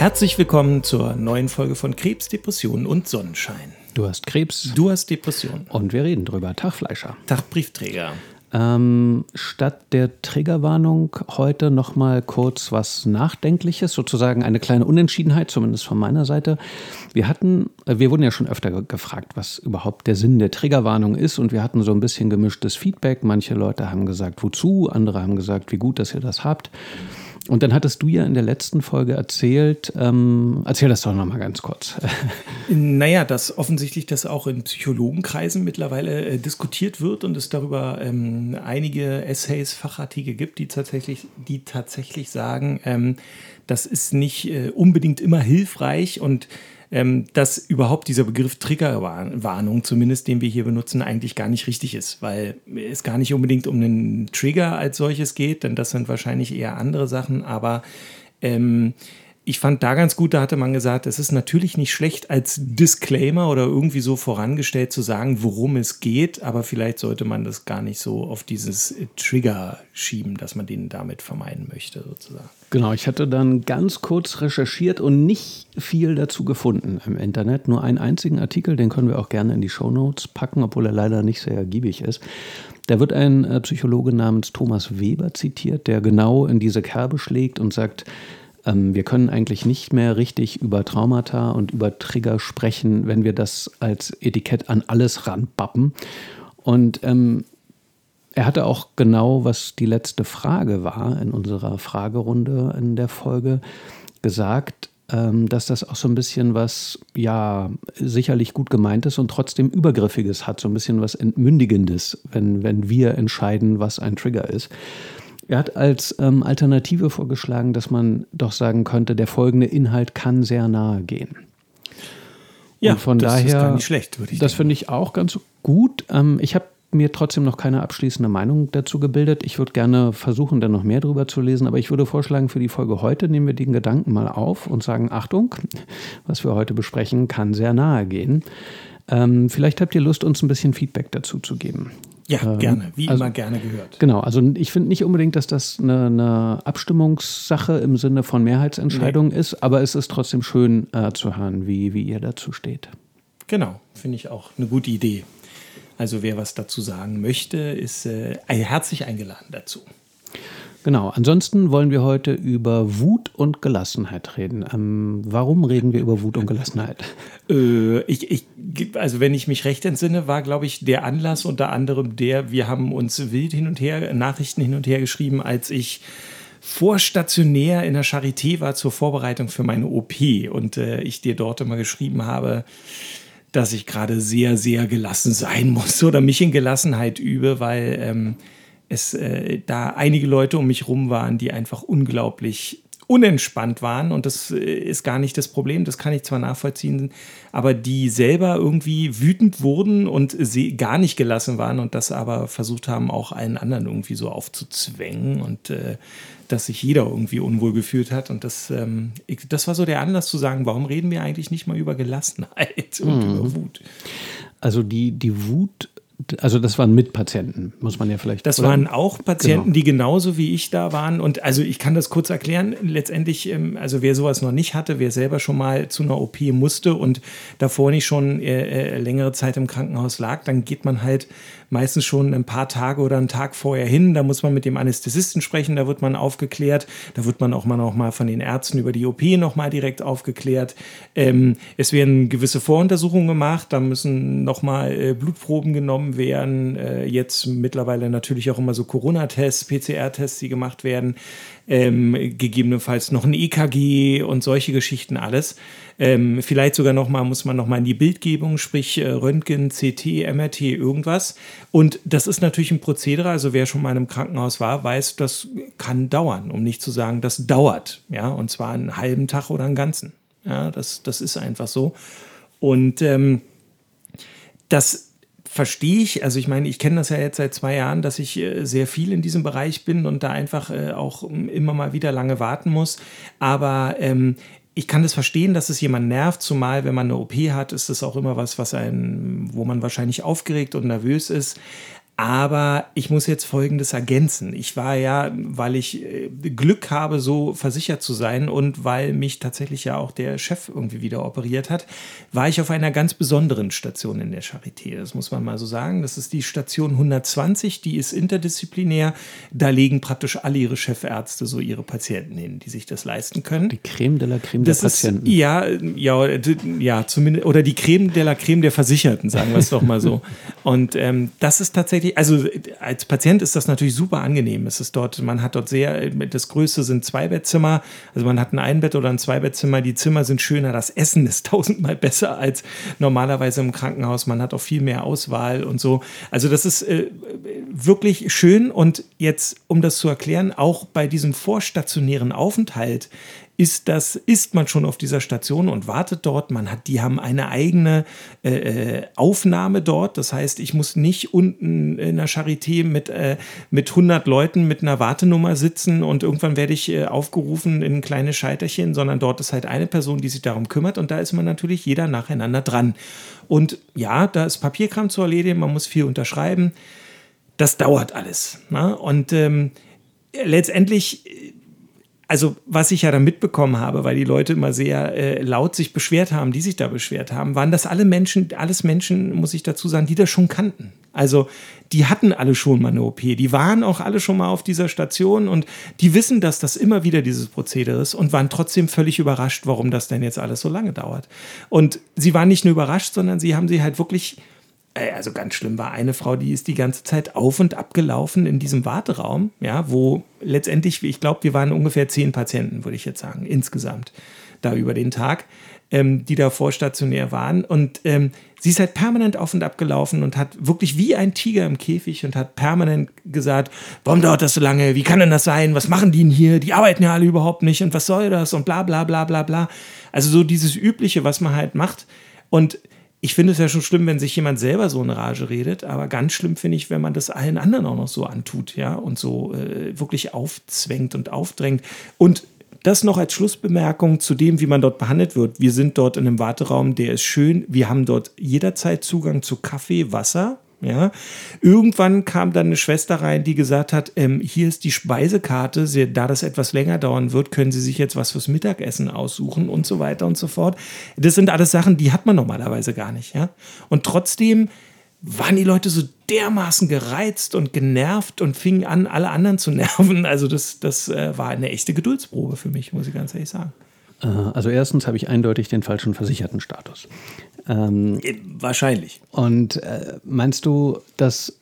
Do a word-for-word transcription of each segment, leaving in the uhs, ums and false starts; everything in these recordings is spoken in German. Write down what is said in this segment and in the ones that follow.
Herzlich willkommen zur neuen Folge von Krebs, Depressionen und Sonnenschein. Du hast Krebs. Du hast Depression. Und wir reden drüber. Tag, Fleischer. Tag, Briefträger. Ähm, statt der Triggerwarnung heute nochmal kurz was Nachdenkliches, sozusagen eine kleine Unentschiedenheit, zumindest von meiner Seite. Wir hatten, wir wurden ja schon öfter ge- gefragt, was überhaupt der Sinn der Triggerwarnung ist, und wir hatten so ein bisschen gemischtes Feedback. Manche Leute haben gesagt, wozu, andere haben gesagt, wie gut, dass ihr das habt. Und dann hattest du ja in der letzten Folge erzählt, ähm, erzähl das doch nochmal ganz kurz. Naja, dass offensichtlich das auch in Psychologenkreisen mittlerweile äh, diskutiert wird und es darüber ähm, einige Essays, Fachartikel gibt, die tatsächlich, die tatsächlich sagen, ähm, das ist nicht äh, unbedingt immer hilfreich und ähm, dass überhaupt dieser Begriff Triggerwarnung, zumindest den wir hier benutzen, eigentlich gar nicht richtig ist, weil es gar nicht unbedingt um einen Trigger als solches geht, denn das sind wahrscheinlich eher andere Sachen, aber ähm, ich fand da ganz gut, da hatte man gesagt, es ist natürlich nicht schlecht als Disclaimer oder irgendwie so vorangestellt zu sagen, worum es geht, aber vielleicht sollte man das gar nicht so auf dieses Trigger schieben, dass man den damit vermeiden möchte sozusagen. Genau, ich hatte dann ganz kurz recherchiert und nicht viel dazu gefunden im Internet. Nur einen einzigen Artikel, den können wir auch gerne in die Shownotes packen, obwohl er leider nicht sehr ergiebig ist. Da wird ein äh, Psychologe namens Thomas Weber zitiert, der genau in diese Kerbe schlägt und sagt, ähm, wir können eigentlich nicht mehr richtig über Traumata und über Trigger sprechen, wenn wir das als Etikett an alles ranpappen. Und ähm, er hatte auch genau, was die letzte Frage war in unserer Fragerunde in der Folge, gesagt, ähm, dass das auch so ein bisschen was, ja, sicherlich gut gemeintes und trotzdem Übergriffiges hat, so ein bisschen was Entmündigendes, wenn, wenn wir entscheiden, was ein Trigger ist. Er hat als ähm, Alternative vorgeschlagen, dass man doch sagen könnte, der folgende Inhalt kann sehr nahe gehen. Ja, und von das daher, ist gar nicht schlecht, würde ich Das denken. finde ich auch ganz gut. Ähm, ich habe mir trotzdem noch keine abschließende Meinung dazu gebildet. Ich würde gerne versuchen, da noch mehr drüber zu lesen, aber ich würde vorschlagen, für die Folge heute nehmen wir den Gedanken mal auf und sagen, Achtung, was wir heute besprechen, kann sehr nahe gehen. Ähm, vielleicht habt ihr Lust, uns ein bisschen Feedback dazu zu geben. Ja, Ähm, gerne, wie also, immer gerne gehört. Genau, also ich finde nicht unbedingt, dass das eine, eine Abstimmungssache im Sinne von Mehrheitsentscheidung Nee. ist, aber es ist trotzdem schön äh, zu hören, wie, wie ihr dazu steht. Genau, finde ich auch eine gute Idee. Also wer was dazu sagen möchte, ist äh, herzlich eingeladen dazu. Genau, ansonsten wollen wir heute über Wut und Gelassenheit reden. Ähm, warum reden wir über Wut und Gelassenheit? Äh, ich, ich, also wenn ich mich recht entsinne, war, glaube ich, der Anlass unter anderem der, wir haben uns wild hin und her, Nachrichten hin und her geschrieben, als ich vorstationär in der Charité war zur Vorbereitung für meine O P und äh, ich dir dort immer geschrieben habe, dass ich gerade sehr, sehr gelassen sein muss oder mich in Gelassenheit übe, weil ähm, es äh, da einige Leute um mich rum waren, die einfach unglaublich unentspannt waren, und das äh, ist gar nicht das Problem, das kann ich zwar nachvollziehen, aber die selber irgendwie wütend wurden und sie gar nicht gelassen waren und das aber versucht haben, auch allen anderen irgendwie so aufzuzwängen und äh, dass sich jeder irgendwie unwohl gefühlt hat, und das, ähm, ich, das war so der Anlass zu sagen, warum reden wir eigentlich nicht mal über Gelassenheit und mhm. über Wut? Also die, die Wut, also das waren Mitpatienten, muss man ja vielleicht... Das oder? waren auch Patienten, Genau. die genauso wie ich da waren, und also ich kann das kurz erklären, letztendlich, ähm, also wer sowas noch nicht hatte, wer selber schon mal zu einer O P musste und davor nicht schon äh, äh, längere Zeit im Krankenhaus lag, dann geht man halt meistens schon ein paar Tage oder einen Tag vorher hin, da muss man mit dem Anästhesisten sprechen, da wird man aufgeklärt, da wird man auch mal noch mal von den Ärzten über die O P noch mal direkt aufgeklärt. Ähm, es werden gewisse Voruntersuchungen gemacht, da müssen noch mal äh, Blutproben genommen werden, äh, jetzt mittlerweile natürlich auch immer so Corona-Tests, P C R-Tests, die gemacht werden, ähm, gegebenenfalls noch ein E K G und solche Geschichten alles. Ähm, vielleicht sogar noch mal, muss man noch mal in die Bildgebung, sprich äh, Röntgen, C T, M R T, irgendwas. Und das ist natürlich ein Prozedere, also wer schon mal in einem Krankenhaus war, weiß, das kann dauern, um nicht zu sagen, das dauert, ja, und zwar einen halben Tag oder einen ganzen. Ja, das, das ist einfach so. Und ähm, das verstehe ich, also ich meine, ich kenne das ja jetzt seit zwei Jahren, dass ich äh, sehr viel in diesem Bereich bin und da einfach äh, auch immer mal wieder lange warten muss, aber ähm, ich kann das verstehen, dass es jemand nervt, zumal wenn man eine O P hat, ist das auch immer was, was einen, wo man wahrscheinlich aufgeregt und nervös ist. Aber ich muss jetzt Folgendes ergänzen. Ich war ja, weil ich äh, Glück habe, so versichert zu sein und weil mich tatsächlich ja auch der Chef irgendwie wieder operiert hat, war ich auf einer ganz besonderen Station in der Charité. Das muss man mal so sagen. Das ist die Station hundertzwanzig, die ist interdisziplinär. Da legen praktisch alle ihre Chefärzte so ihre Patienten hin, die sich das leisten können. Die Creme de la Creme das der Patienten. Ist, ja, ja, ja, zumindest, oder die Creme de la Creme der Versicherten, sagen wir es doch mal so. Und ähm, das ist tatsächlich, also als Patient ist das natürlich super angenehm. Es ist dort, man hat dort sehr, das Größte sind Zweibettzimmer, also man hat ein Einbett oder ein Zweibettzimmer, die Zimmer sind schöner, das Essen ist tausendmal besser als normalerweise im Krankenhaus, man hat auch viel mehr Auswahl und so. Also das ist äh, wirklich schön und jetzt, um das zu erklären, auch bei diesem vorstationären Aufenthalt ist das, ist man schon auf dieser Station und wartet dort. Man hat, die haben eine eigene äh, Aufnahme dort. Das heißt, ich muss nicht unten in der Charité mit, äh, mit hundert Leuten mit einer Wartenummer sitzen und irgendwann werde ich äh, aufgerufen in ein kleines Scheiterchen, sondern dort ist halt eine Person, die sich darum kümmert und da ist man natürlich jeder nacheinander dran. Und ja, da ist Papierkram zu erledigen, man muss viel unterschreiben. Das dauert alles. Ne? Und ähm, letztendlich also was ich ja dann mitbekommen habe, weil die Leute immer sehr äh, laut sich beschwert haben, die sich da beschwert haben, waren das alle Menschen, alles Menschen, muss ich dazu sagen, die das schon kannten. Also die hatten alle schon mal eine O P, die waren auch alle schon mal auf dieser Station und die wissen, dass das immer wieder dieses Prozedere ist und waren trotzdem völlig überrascht, warum das denn jetzt alles so lange dauert. Und sie waren nicht nur überrascht, sondern sie haben sie halt wirklich... Also ganz schlimm war eine Frau, die ist die ganze Zeit auf und ab gelaufen in diesem Warteraum, ja, wo letztendlich, ich glaube, wir waren ungefähr zehn Patienten, würde ich jetzt sagen, insgesamt da über den Tag, ähm, die da vorstationär waren. Und ähm, sie ist halt permanent auf und ab gelaufen und hat wirklich wie ein Tiger im Käfig und hat permanent gesagt, warum dauert das so lange, wie kann denn das sein, was machen die denn hier, die arbeiten ja alle überhaupt nicht und was soll das und bla bla bla bla bla. Also so dieses Übliche, was man halt macht. Und ich finde es ja schon schlimm, wenn sich jemand selber so in Rage redet, aber ganz schlimm finde ich, wenn man das allen anderen auch noch so antut, ja, und so äh, wirklich aufzwängt und aufdrängt. Und das noch als Schlussbemerkung zu dem, wie man dort behandelt wird. Wir sind dort in einem Warteraum, der ist schön. Wir haben dort jederzeit Zugang zu Kaffee, Wasser. Ja. Irgendwann kam dann eine Schwester rein, die gesagt hat, ähm, hier ist die Speisekarte, Sie, da das etwas länger dauern wird, können Sie sich jetzt was fürs Mittagessen aussuchen und so weiter und so fort. Das sind alles Sachen, die hat man normalerweise gar nicht. Ja. Und trotzdem waren die Leute so dermaßen gereizt und genervt und fingen an, alle anderen zu nerven. Also das, das äh, war eine echte Geduldsprobe für mich, muss ich ganz ehrlich sagen. Also erstens habe ich eindeutig den falschen Versichertenstatus. Ähm, Wahrscheinlich. Und äh, meinst du, dass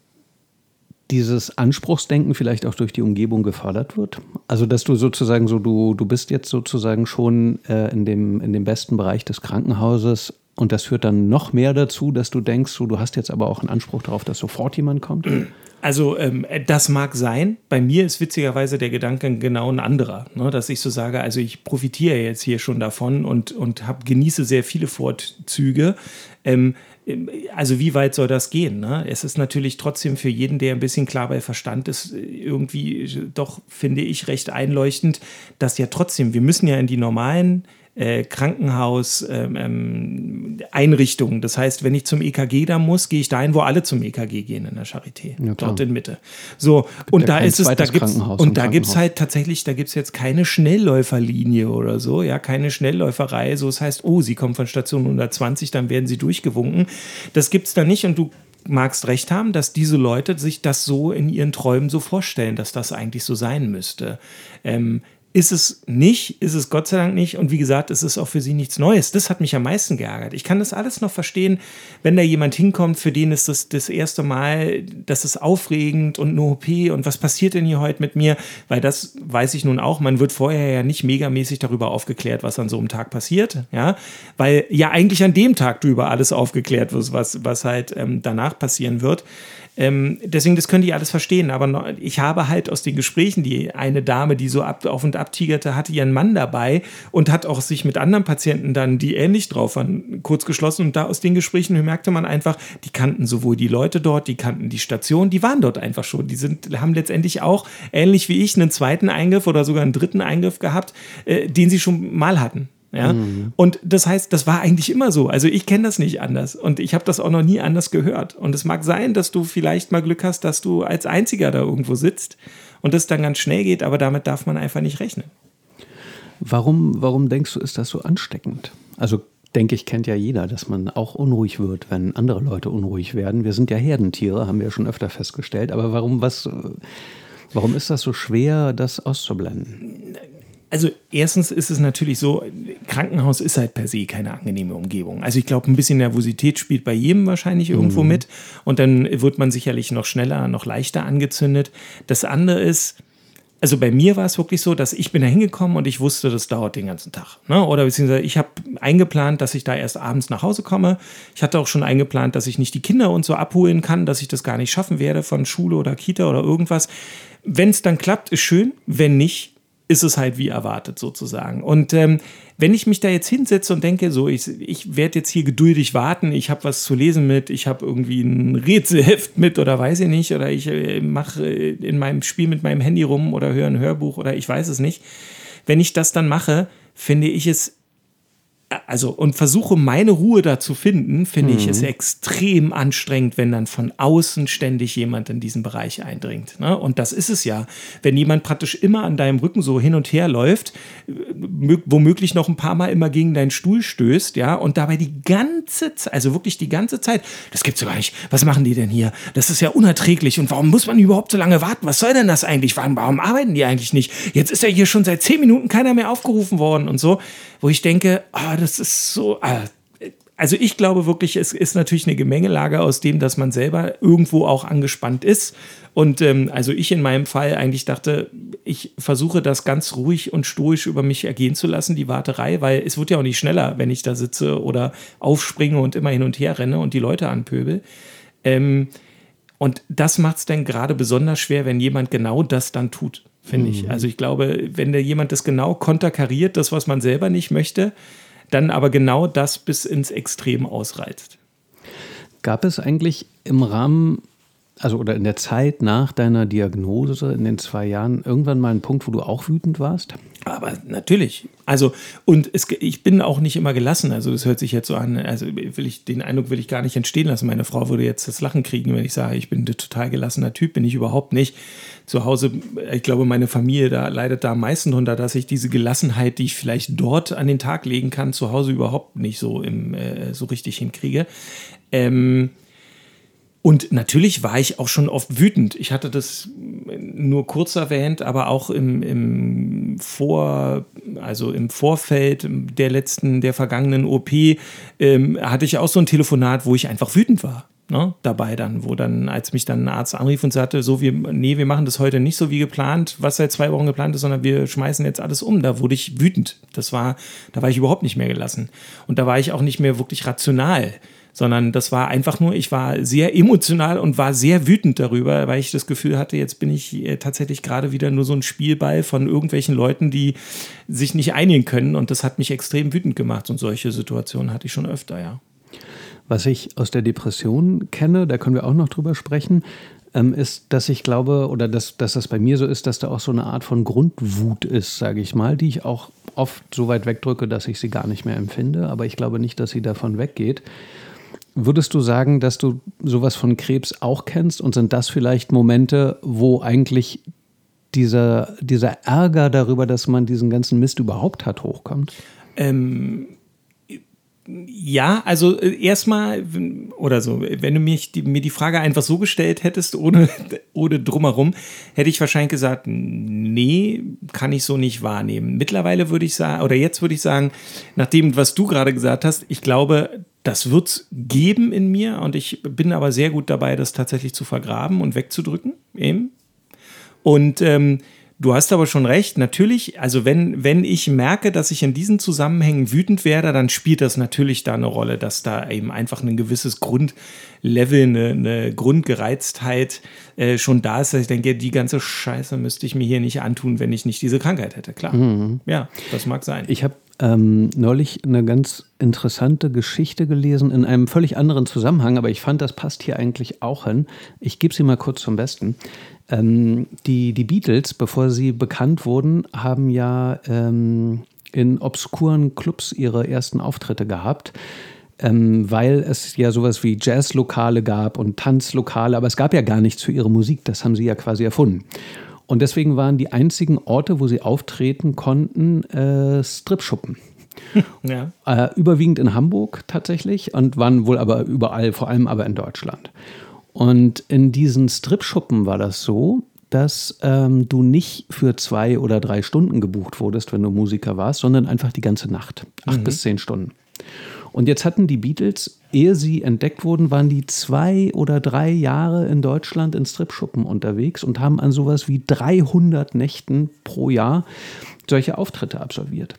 dieses Anspruchsdenken vielleicht auch durch die Umgebung gefördert wird? Also dass du sozusagen so, du, du bist jetzt sozusagen schon äh, in dem, in dem besten Bereich des Krankenhauses und das führt dann noch mehr dazu, dass du denkst, so, du hast jetzt aber auch einen Anspruch darauf, dass sofort jemand kommt? Also ähm, das mag sein. Bei mir ist witzigerweise der Gedanke genau ein anderer, ne? Dass ich so sage, also ich profitiere jetzt hier schon davon und, und hab, genieße sehr viele Vorzüge. Ähm, also wie weit soll das gehen? Ne? Es ist natürlich trotzdem für jeden, der ein bisschen klar bei Verstand ist, irgendwie doch, finde ich, recht einleuchtend, dass ja trotzdem, wir müssen ja in die normalen Äh, Krankenhaus-Einrichtungen. Ähm, das heißt, wenn ich zum E K G da muss, gehe ich dahin, wo alle zum E K G gehen in der Charité, ja, dort in Mitte. So, und ja da ist es, da gibt's, und da gibt es halt tatsächlich, da gibt es jetzt keine Schnellläuferlinie oder so, ja, keine Schnellläuferei. So, das heißt, oh, Sie kommen von Station hundertzwanzig, dann werden Sie durchgewunken. Das gibt es da nicht und du magst recht haben, dass diese Leute sich das so in ihren Träumen so vorstellen, dass das eigentlich so sein müsste. Ähm, Ist es nicht, ist es Gott sei Dank nicht. Und wie gesagt, es ist auch für sie nichts Neues. Das hat mich am meisten geärgert. Ich kann das alles noch verstehen, wenn da jemand hinkommt, für den ist das das erste Mal, das ist aufregend und eine O P und was passiert denn hier heute mit mir? Weil das weiß ich nun auch, man wird vorher ja nicht megamäßig darüber aufgeklärt, was an so einem Tag passiert. Ja? Weil ja eigentlich an dem Tag du über alles aufgeklärt wirst, was, was halt ähm, danach passieren wird. Ähm, deswegen, das können die alles verstehen, aber noch, ich habe halt aus den Gesprächen, die eine Dame, die so ab, auf und ab tigerte, hatte ihren Mann dabei und hat auch sich mit anderen Patienten dann, die ähnlich drauf waren, kurz geschlossen und da aus den Gesprächen merkte man einfach, die kannten sowohl die Leute dort, die kannten die Station, die waren dort einfach schon, die sind, haben letztendlich auch, ähnlich wie ich, einen zweiten Eingriff oder sogar einen dritten Eingriff gehabt, äh, den sie schon mal hatten. Ja? Mhm. Und das heißt, das war eigentlich immer so. Also ich kenne das nicht anders und ich habe das auch noch nie anders gehört. Und es mag sein, dass du vielleicht mal Glück hast, dass du als Einziger da irgendwo sitzt und das dann ganz schnell geht, aber damit darf man einfach nicht rechnen. Warum, warum denkst du, ist das so ansteckend? Also denke ich, kennt ja jeder, dass man auch unruhig wird, wenn andere Leute unruhig werden. Wir sind ja Herdentiere, haben wir ja schon öfter festgestellt. Aber warum, was, warum ist das so schwer, das auszublenden? Also erstens ist es natürlich so, Krankenhaus ist halt per se keine angenehme Umgebung. Also ich glaube, ein bisschen Nervosität spielt bei jedem wahrscheinlich irgendwo mhm. mit. Und dann wird man sicherlich noch schneller, noch leichter angezündet. Das andere ist, also bei mir war es wirklich so, dass ich bin da hingekommen und ich wusste, das dauert den ganzen Tag. Ne? Oder beziehungsweise ich habe eingeplant, dass ich da erst abends nach Hause komme. Ich hatte auch schon eingeplant, dass ich nicht die Kinder und so abholen kann, dass ich das gar nicht schaffen werde von Schule oder Kita oder irgendwas. Wenn es dann klappt, ist schön. Wenn nicht, ist es halt wie erwartet sozusagen. Und ähm, wenn ich mich da jetzt hinsetze und denke, so ich, ich werde jetzt hier geduldig warten, ich habe was zu lesen mit, ich habe irgendwie ein Rätselheft mit oder weiß ich nicht, oder ich äh, mache in meinem Spiel mit meinem Handy rum oder höre ein Hörbuch oder ich weiß es nicht. Wenn ich das dann mache, finde ich es also und versuche meine Ruhe da zu finden, finde mhm. ich es extrem anstrengend, wenn dann von außen ständig jemand in diesen Bereich eindringt. Ne? Und das ist es ja. Wenn jemand praktisch immer an deinem Rücken so hin und her läuft, womöglich noch ein paar Mal immer gegen deinen Stuhl stößt, ja, und dabei die ganze Zeit, also wirklich die ganze Zeit, das gibt's ja gar nicht, was machen die denn hier? Das ist ja unerträglich und warum muss man überhaupt so lange warten? Was soll denn das eigentlich? Warum, warum arbeiten die eigentlich nicht? Jetzt ist ja hier schon seit zehn Minuten keiner mehr aufgerufen worden und so, wo ich denke, ah, das ist so, also ich glaube wirklich, es ist natürlich eine Gemengelage aus dem, dass man selber irgendwo auch angespannt ist. Und ähm, also ich in meinem Fall eigentlich dachte, ich versuche das ganz ruhig und stoisch über mich ergehen zu lassen, die Warterei, weil es wird ja auch nicht schneller, wenn ich da sitze oder aufspringe und immer hin und her renne und die Leute anpöbel. Ähm, und das macht es dann gerade besonders schwer, wenn jemand genau das dann tut, finde mhm. ich. Also ich glaube, wenn da jemand das genau konterkariert, das, was man selber nicht möchte, dann aber genau das bis ins Extrem ausreizt. Gab es eigentlich im Rahmen, also oder in der Zeit nach deiner Diagnose in den zwei Jahren irgendwann mal einen Punkt, wo du auch wütend warst? Aber natürlich. Also, und es, ich bin auch nicht immer gelassen. Also, das hört sich jetzt so an, also will ich, den Eindruck will ich gar nicht entstehen lassen. Meine Frau würde jetzt das Lachen kriegen, wenn ich sage, ich bin ein total gelassener Typ, bin ich überhaupt nicht. Zu Hause, ich glaube, meine Familie da leidet da am meisten drunter, dass ich diese Gelassenheit, die ich vielleicht dort an den Tag legen kann, zu Hause überhaupt nicht so, im, äh, so richtig hinkriege. Ähm, Und natürlich war ich auch schon oft wütend. Ich hatte das nur kurz erwähnt, aber auch im, im Vor, also im Vorfeld der letzten, der vergangenen O P ähm, hatte ich auch so ein Telefonat, wo ich einfach wütend war. Ne, dabei dann, wo dann, als mich dann ein Arzt anrief und sagte, so, wir, nee, wir machen das heute nicht so wie geplant, was seit zwei Wochen geplant ist, sondern wir schmeißen jetzt alles um. Da wurde ich wütend. Das war, da war ich überhaupt nicht mehr gelassen. Und da war ich auch nicht mehr wirklich rational, sondern das war einfach nur, ich war sehr emotional und war sehr wütend darüber, weil ich das Gefühl hatte, jetzt bin ich tatsächlich gerade wieder nur so ein Spielball von irgendwelchen Leuten, die sich nicht einigen können, und das hat mich extrem wütend gemacht, und solche Situationen hatte ich schon öfter, ja. Was ich aus der Depression kenne, da können wir auch noch drüber sprechen, ist, dass ich glaube, oder dass, dass das bei mir so ist, dass da auch so eine Art von Grundwut ist, sage ich mal, die ich auch oft so weit wegdrücke, dass ich sie gar nicht mehr empfinde, aber ich glaube nicht, dass sie davon weggeht. Würdest du sagen, dass du sowas von Krebs auch kennst, und sind das vielleicht Momente, wo eigentlich dieser, dieser Ärger darüber, dass man diesen ganzen Mist überhaupt hat, hochkommt? Ähm, ja, also erstmal, oder so, wenn du mich die, mir die Frage einfach so gestellt hättest, ohne, ohne drumherum, hätte ich wahrscheinlich gesagt, nee, kann ich so nicht wahrnehmen. Mittlerweile würde ich sagen, oder jetzt würde ich sagen, nach dem, was du gerade gesagt hast, ich glaube, das wird es geben in mir, und ich bin aber sehr gut dabei, das tatsächlich zu vergraben und wegzudrücken, eben. Und ähm, du hast aber schon recht, natürlich, also wenn, wenn ich merke, dass ich in diesen Zusammenhängen wütend werde, dann spielt das natürlich da eine Rolle, dass da eben einfach ein gewisses Grundlevel, eine, eine Grundgereiztheit äh, schon da ist, dass ich denke, die ganze Scheiße müsste ich mir hier nicht antun, wenn ich nicht diese Krankheit hätte, klar. Mhm. Ja, das mag sein. Ich habe ähm, neulich eine ganz interessante Geschichte gelesen in einem völlig anderen Zusammenhang, aber ich fand, das passt hier eigentlich auch hin. Ich gebe sie mal kurz zum Besten. Ähm, die, die Beatles, bevor sie bekannt wurden, haben ja ähm, in obskuren Clubs ihre ersten Auftritte gehabt, ähm, weil es ja sowas wie Jazzlokale gab und Tanzlokale, aber es gab ja gar nichts für ihre Musik, das haben sie ja quasi erfunden. Und deswegen waren die einzigen Orte, wo sie auftreten konnten, äh, Stripschuppen. Ja. Äh, überwiegend in Hamburg tatsächlich und waren wohl aber überall, vor allem aber in Deutschland. Und in diesen Stripschuppen war das so, dass ähm, du nicht für zwei oder drei Stunden gebucht wurdest, wenn du Musiker warst, sondern einfach die ganze Nacht, acht mhm. bis zehn Stunden. Und jetzt hatten die Beatles, ehe sie entdeckt wurden, waren die zwei oder drei Jahre in Deutschland in Stripschuppen unterwegs und haben an sowas wie dreihundert Nächten pro Jahr solche Auftritte absolviert.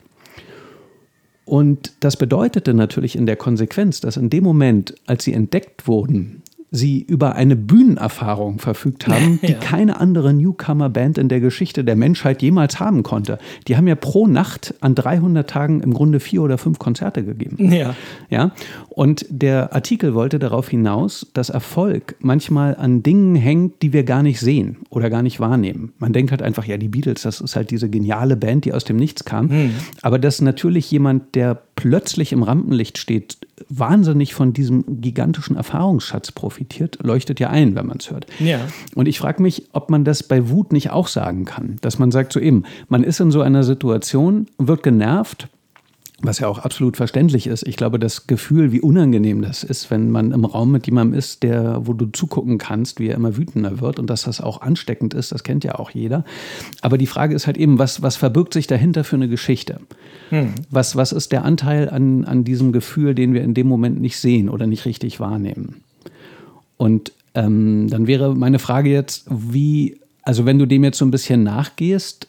Und das bedeutete natürlich in der Konsequenz, dass in dem Moment, als sie entdeckt wurden, sie über eine Bühnenerfahrung verfügt haben, die ja. keine andere Newcomer-Band in der Geschichte der Menschheit jemals haben konnte. Die haben ja pro Nacht an dreihundert Tagen im Grunde vier oder fünf Konzerte gegeben. Ja. Ja? Und der Artikel wollte darauf hinaus, dass Erfolg manchmal an Dingen hängt, die wir gar nicht sehen oder gar nicht wahrnehmen. Man denkt halt einfach, ja, die Beatles, das ist halt diese geniale Band, die aus dem Nichts kam. Mhm. Aber dass natürlich jemand, der plötzlich im Rampenlicht steht, wahnsinnig von diesem gigantischen Erfahrungsschatz profitiert, leuchtet ja ein, wenn man es hört. Ja. Und ich frage mich, ob man das bei Wut nicht auch sagen kann. Dass man sagt so eben, man ist in so einer Situation, wird genervt, was ja auch absolut verständlich ist. Ich glaube, das Gefühl, wie unangenehm das ist, wenn man im Raum mit jemandem ist, der, wo du zugucken kannst, wie er immer wütender wird und dass das auch ansteckend ist, das kennt ja auch jeder. Aber die Frage ist halt eben, was, was verbirgt sich dahinter für eine Geschichte? Hm. Was, was ist der Anteil an, an diesem Gefühl, den wir in dem Moment nicht sehen oder nicht richtig wahrnehmen? Und ähm, dann wäre meine Frage jetzt, wie, also wenn du dem jetzt so ein bisschen nachgehst,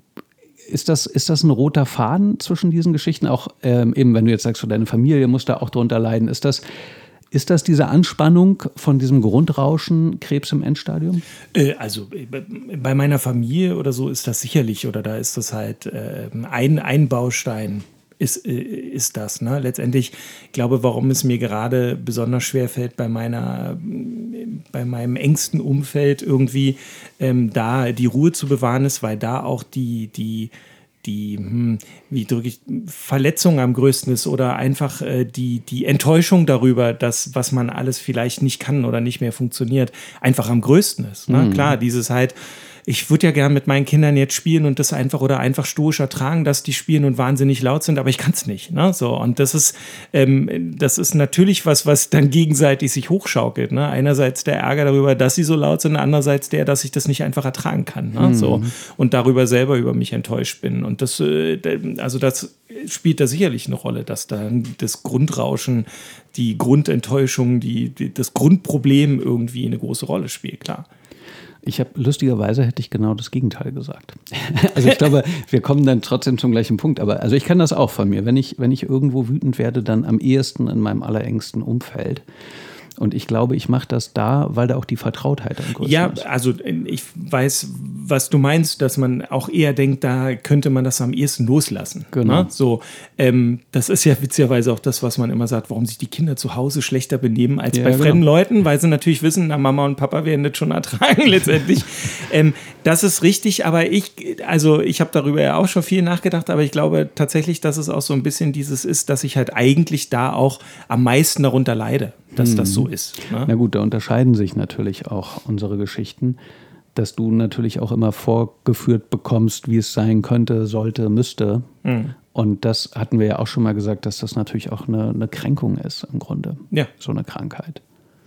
Ist das, ist das ein roter Faden zwischen diesen Geschichten? Auch ähm, eben, wenn du jetzt sagst, so deine Familie muss da auch drunter leiden. Ist das, ist das diese Anspannung von diesem Grundrauschen, Krebs im Endstadium? Äh, also bei meiner Familie oder so ist das sicherlich, oder da ist das halt äh, ein, ein Baustein. Ist, ist das, ne? Letztendlich, ich glaube, warum es mir gerade besonders schwer fällt, bei meiner, bei meinem engsten Umfeld irgendwie ähm, da die Ruhe zu bewahren ist, weil da auch die, die, die, hm, wie drücke ich, Verletzung am größten ist oder einfach äh, die, die Enttäuschung darüber, dass was man alles vielleicht nicht kann oder nicht mehr funktioniert, einfach am größten ist. Ne? Mhm. Klar, dieses halt, ich würde ja gern mit meinen Kindern jetzt spielen und das einfach oder einfach stoisch ertragen, dass die spielen und wahnsinnig laut sind, aber ich kann es nicht. Ne? So, und das ist, ähm, das ist natürlich was, was dann gegenseitig sich hochschaukelt. Ne? Einerseits der Ärger darüber, dass sie so laut sind, andererseits der, dass ich das nicht einfach ertragen kann. Ne? Mhm. So, und darüber selber über mich enttäuscht bin. Und das, äh, also das spielt da sicherlich eine Rolle, dass da das Grundrauschen, die Grundenttäuschung, die, die, das Grundproblem irgendwie eine große Rolle spielt, klar. Ich habe, lustigerweise hätte ich genau das Gegenteil gesagt. Also ich glaube, wir kommen dann trotzdem zum gleichen Punkt. Aber also ich kann das auch von mir. Wenn ich, wenn ich irgendwo wütend werde, dann am ehesten in meinem allerengsten Umfeld. Und ich glaube, ich mache das da, weil da auch die Vertrautheit am größten ja, ist. Ja, also ich weiß, was du meinst, dass man auch eher denkt, da könnte man das am ehesten loslassen. Genau. Ne? So, ähm, das ist ja witzigerweise auch das, was man immer sagt, warum sich die Kinder zu Hause schlechter benehmen als ja, bei genau. fremden Leuten, weil sie natürlich wissen, na, Mama und Papa werden das schon ertragen letztendlich. ähm, das ist richtig, aber ich, also ich habe darüber ja auch schon viel nachgedacht, aber ich glaube tatsächlich, dass es auch so ein bisschen dieses ist, dass ich halt eigentlich da auch am meisten darunter leide, dass hm. das so ist. Ne? Na gut, da unterscheiden sich natürlich auch unsere Geschichten, dass du natürlich auch immer vorgeführt bekommst, wie es sein könnte, sollte, müsste. Mhm. Und das hatten wir ja auch schon mal gesagt, dass das natürlich auch eine, eine Kränkung ist im Grunde. Ja. So eine Krankheit.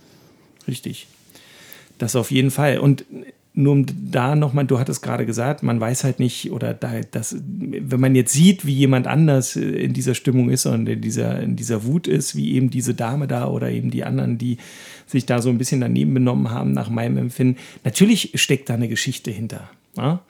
Richtig. Das auf jeden Fall. Und nur um da nochmal, du hattest gerade gesagt, man weiß halt nicht, oder da, das, wenn man jetzt sieht, wie jemand anders in dieser Stimmung ist und in dieser, in dieser Wut ist, wie eben diese Dame da oder eben die anderen, die sich da so ein bisschen daneben benommen haben, nach meinem Empfinden. Natürlich steckt da eine Geschichte hinter. Ja?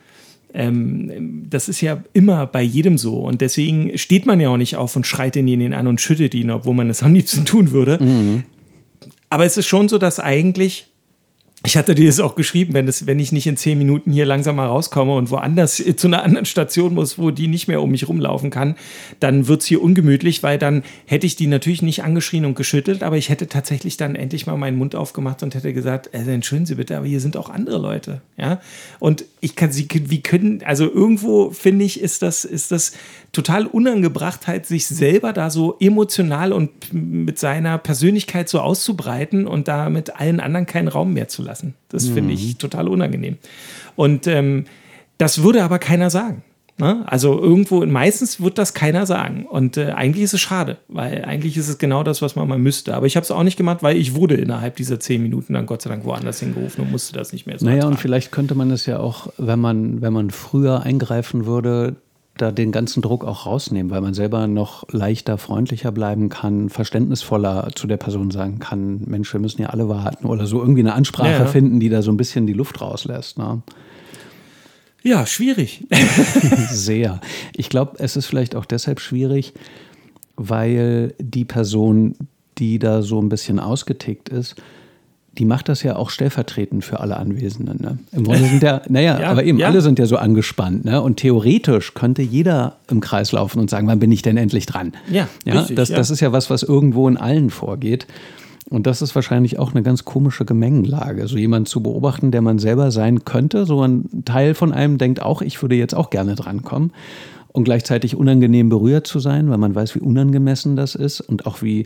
Ähm, das ist ja immer bei jedem so. Und deswegen steht man ja auch nicht auf und schreit denjenigen an und schüttelt ihn, obwohl man es am liebsten tun würde. Mhm. Aber es ist schon so, dass eigentlich Ich hatte dir das auch geschrieben, wenn, das, wenn ich nicht in zehn Minuten hier langsam mal rauskomme und woanders zu einer anderen Station muss, wo die nicht mehr um mich rumlaufen kann, dann wird es hier ungemütlich, weil dann hätte ich die natürlich nicht angeschrien und geschüttelt, aber ich hätte tatsächlich dann endlich mal meinen Mund aufgemacht und hätte gesagt, also entschuldigen Sie bitte, aber hier sind auch andere Leute. Ja? Und ich kann sie, wie können, also irgendwo finde ich, ist das, ist das total Unangebrachtheit, sich selber da so emotional und mit seiner Persönlichkeit so auszubreiten und da mit allen anderen keinen Raum mehr zu lassen. Das finde ich total unangenehm. Und ähm, das würde aber keiner sagen. Ne? Also irgendwo, meistens wird das keiner sagen. Und äh, eigentlich ist es schade, weil eigentlich ist es genau das, was man mal müsste. Aber ich habe es auch nicht gemacht, weil ich wurde innerhalb dieser zehn Minuten dann Gott sei Dank woanders hingerufen und musste das nicht mehr so Naja, ertragen. Und vielleicht könnte man es ja auch, wenn man, wenn man früher eingreifen würde, da den ganzen Druck auch rausnehmen, weil man selber noch leichter, freundlicher bleiben kann, verständnisvoller zu der Person sagen kann, Mensch, wir müssen ja alle warten oder so irgendwie eine Ansprache ja, ja. finden, die da so ein bisschen die Luft rauslässt. Ne? Ja, schwierig. Sehr. Ich glaube, es ist vielleicht auch deshalb schwierig, weil die Person, die da so ein bisschen ausgetickt ist, die macht das ja auch stellvertretend für alle Anwesenden. Ne? Im Grunde sind ja, naja, ja, aber eben ja. alle sind ja so angespannt. Ne? Und theoretisch könnte jeder im Kreis laufen und sagen, wann bin ich denn endlich dran? Ja, ja, richtig, das, ja. das ist ja was, was irgendwo in allen vorgeht. Und das ist wahrscheinlich auch eine ganz komische Gemengenlage. So jemand zu beobachten, der man selber sein könnte. So ein Teil von einem denkt auch, ich würde jetzt auch gerne drankommen. Und gleichzeitig unangenehm berührt zu sein, weil man weiß, wie unangemessen das ist und auch wie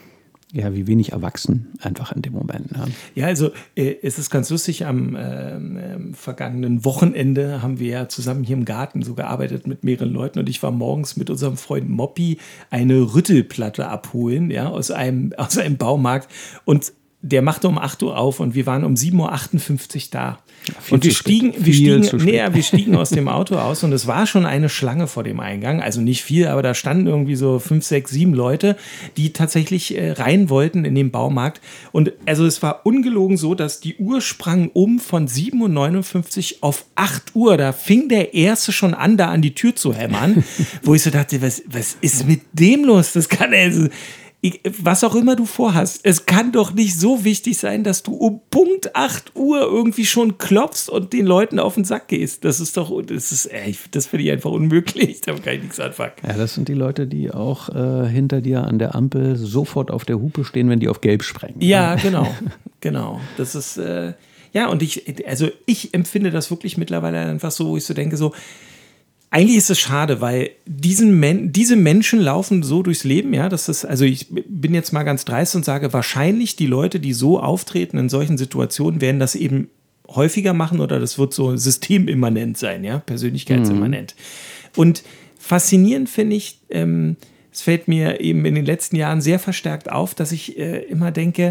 Ja, wie wenig erwachsen einfach in dem Moment. Ne? Ja, also äh, es ist ganz lustig, am äh, äh, vergangenen Wochenende haben wir ja zusammen hier im Garten so gearbeitet mit mehreren Leuten und ich war morgens mit unserem Freund Moppi eine Rüttelplatte abholen, ja, aus einem, aus einem Baumarkt und der machte um acht Uhr auf und wir waren um sieben Uhr achtundfünfzig da. Ja, und wir stiegen, wir, stiegen, nee, ja, wir stiegen aus dem Auto aus und es war schon eine Schlange vor dem Eingang. Also nicht viel, aber da standen irgendwie so fünf, sechs, sieben Leute, die tatsächlich äh, rein wollten in den Baumarkt. Und also es war ungelogen so, dass die Uhr sprang um von sieben Uhr neunundfünfzig auf acht Uhr. Da fing der Erste schon an, da an die Tür zu hämmern, wo ich so dachte, was, was ist mit dem los? Das kann also... Ich, was auch immer du vorhast, es kann doch nicht so wichtig sein, dass du um Punkt acht Uhr irgendwie schon klopfst und den Leuten auf den Sack gehst. Das ist doch, das ist, ey, das finde ich einfach unmöglich. Da kann ich nichts anfangen. Ja, das sind die Leute, die auch äh, hinter dir an der Ampel sofort auf der Hupe stehen, wenn die auf Gelb sprengen. Ja, genau, genau. Das ist, äh, ja, und ich, also ich empfinde das wirklich mittlerweile einfach so, wo ich so denke, so, eigentlich ist es schade, weil diesen Men- diese Menschen laufen so durchs Leben, ja, das ist, also ich bin jetzt mal ganz dreist und sage, wahrscheinlich die Leute, die so auftreten in solchen Situationen, werden das eben häufiger machen oder das wird so systemimmanent sein, ja, persönlichkeitsimmanent. Mhm. Und faszinierend finde ich, ähm, es fällt mir eben in den letzten Jahren sehr verstärkt auf, dass ich äh, immer denke,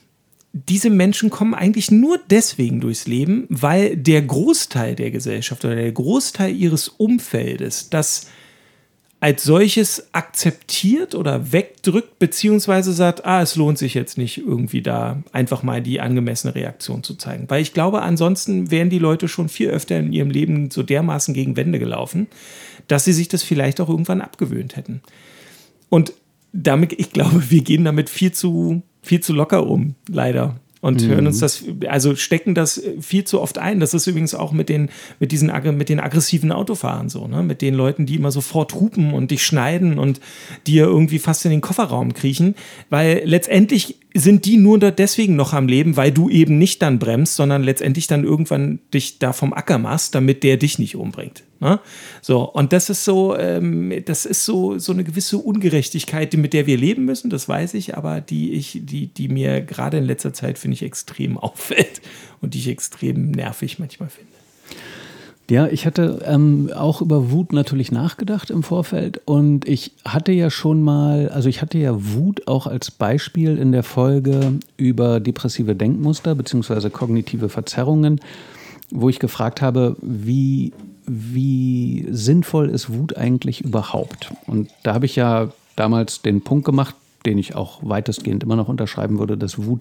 diese Menschen kommen eigentlich nur deswegen durchs Leben, weil der Großteil der Gesellschaft oder der Großteil ihres Umfeldes das als solches akzeptiert oder wegdrückt, beziehungsweise sagt, ah, es lohnt sich jetzt nicht, irgendwie da einfach mal die angemessene Reaktion zu zeigen. Weil ich glaube, ansonsten wären die Leute schon viel öfter in ihrem Leben so dermaßen gegen Wände gelaufen, dass sie sich das vielleicht auch irgendwann abgewöhnt hätten. Und damit, ich glaube, wir gehen damit viel zu viel zu locker um, leider. Und mhm. hören uns das, also stecken das viel zu oft ein. Das ist übrigens auch mit den, mit diesen, mit den aggressiven Autofahrern so, ne? Mit den Leuten, die immer sofort hupen und dich schneiden und dir irgendwie fast in den Kofferraum kriechen, weil letztendlich sind die nur deswegen noch am Leben, weil du eben nicht dann bremst, sondern letztendlich dann irgendwann dich da vom Acker machst, damit der dich nicht umbringt. Ne? So, und das ist so, ähm, das ist so, so eine gewisse Ungerechtigkeit, mit der wir leben müssen, das weiß ich, aber die ich, die, die mir gerade in letzter Zeit, finde ich, extrem auffällt und die ich extrem nervig manchmal finde. Ja, ich hatte ähm, auch über Wut natürlich nachgedacht im Vorfeld und ich hatte ja schon mal, also ich hatte ja Wut auch als Beispiel in der Folge über depressive Denkmuster bzw. kognitive Verzerrungen, wo ich gefragt habe, wie, wie sinnvoll ist Wut eigentlich überhaupt? Und da habe ich ja damals den Punkt gemacht, den ich auch weitestgehend immer noch unterschreiben würde, dass Wut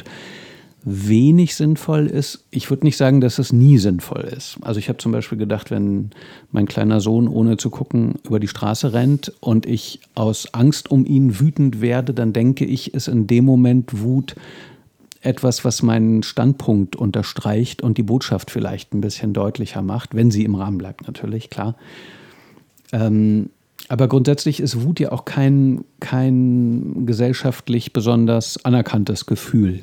wenig sinnvoll ist. Ich würde nicht sagen, dass es nie sinnvoll ist. Also ich habe zum Beispiel gedacht, wenn mein kleiner Sohn ohne zu gucken über die Straße rennt und ich aus Angst um ihn wütend werde, dann denke ich, ist in dem Moment Wut etwas, was meinen Standpunkt unterstreicht und die Botschaft vielleicht ein bisschen deutlicher macht, wenn sie im Rahmen bleibt natürlich, klar. Ähm, aber grundsätzlich ist Wut ja auch kein, kein gesellschaftlich besonders anerkanntes Gefühl.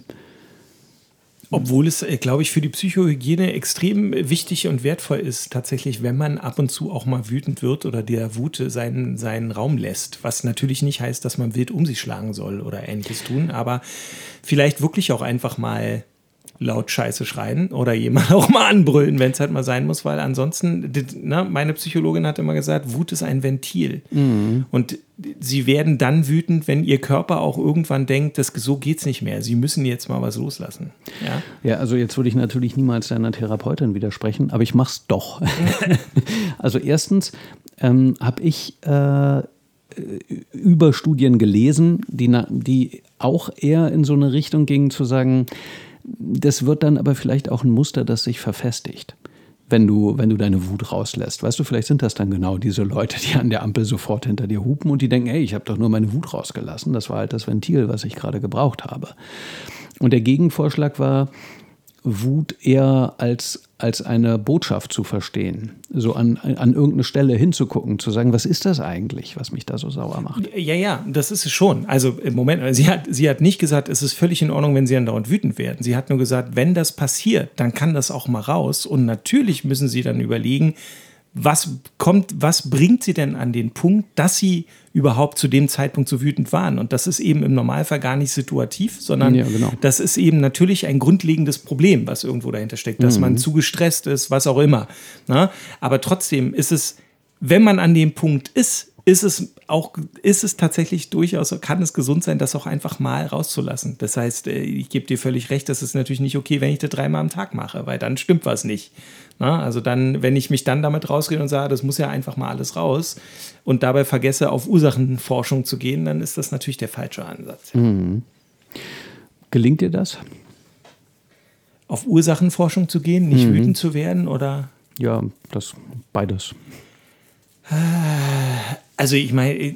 Obwohl es, glaube ich, für die Psychohygiene extrem wichtig und wertvoll ist, tatsächlich, wenn man ab und zu auch mal wütend wird oder der Wut seinen, seinen Raum lässt. Was natürlich nicht heißt, dass man wild um sich schlagen soll oder Ähnliches tun, aber vielleicht wirklich auch einfach mal laut Scheiße schreien oder jemand auch mal anbrüllen, wenn es halt mal sein muss, weil ansonsten, na, meine Psychologin hat immer gesagt, Wut ist ein Ventil. Mhm. Und sie werden dann wütend, wenn ihr Körper auch irgendwann denkt, das, so geht's nicht mehr. Sie müssen jetzt mal was loslassen. Ja, ja, also jetzt würde ich natürlich niemals deiner Therapeutin widersprechen, aber ich mach's doch. Also erstens ähm, habe ich äh, über Studien gelesen, die, na, die auch eher in so eine Richtung gingen, zu sagen, das wird dann aber vielleicht auch ein Muster, das sich verfestigt, wenn du, wenn du deine Wut rauslässt. Weißt du, vielleicht sind das dann genau diese Leute, die an der Ampel sofort hinter dir hupen und die denken, ey, ich habe doch nur meine Wut rausgelassen. Das war halt das Ventil, was ich gerade gebraucht habe. Und der Gegenvorschlag war, Wut eher als, als eine Botschaft zu verstehen, so an, an irgendeine Stelle hinzugucken, zu sagen, was ist das eigentlich, was mich da so sauer macht? Ja, ja, das ist es schon. Also im Moment, sie hat, sie hat nicht gesagt, es ist völlig in Ordnung, wenn sie andauernd wütend werden. Sie hat nur gesagt, wenn das passiert, dann kann das auch mal raus. Und natürlich müssen sie dann überlegen, was kommt, was bringt sie denn an den Punkt, dass sie überhaupt zu dem Zeitpunkt so wütend waren. Und das ist eben im Normalfall gar nicht situativ, sondern ja, genau. Das ist eben natürlich ein grundlegendes Problem, was irgendwo dahinter steckt, dass mhm. man zu gestresst ist, was auch immer. Na? Aber trotzdem ist es, wenn man an dem Punkt ist, ist es auch, ist es tatsächlich durchaus, kann es gesund sein, das auch einfach mal rauszulassen. Das heißt, ich gebe dir völlig recht, das ist natürlich nicht okay, wenn ich das dreimal am Tag mache, weil dann stimmt was nicht. Na, also dann, wenn ich mich dann damit rausrede und sage, das muss ja einfach mal alles raus und dabei vergesse, auf Ursachenforschung zu gehen, dann ist das natürlich der falsche Ansatz. Mhm. Gelingt dir das? Auf Ursachenforschung zu gehen, nicht mhm. wütend zu werden, oder? Ja, das beides. Also ich meine,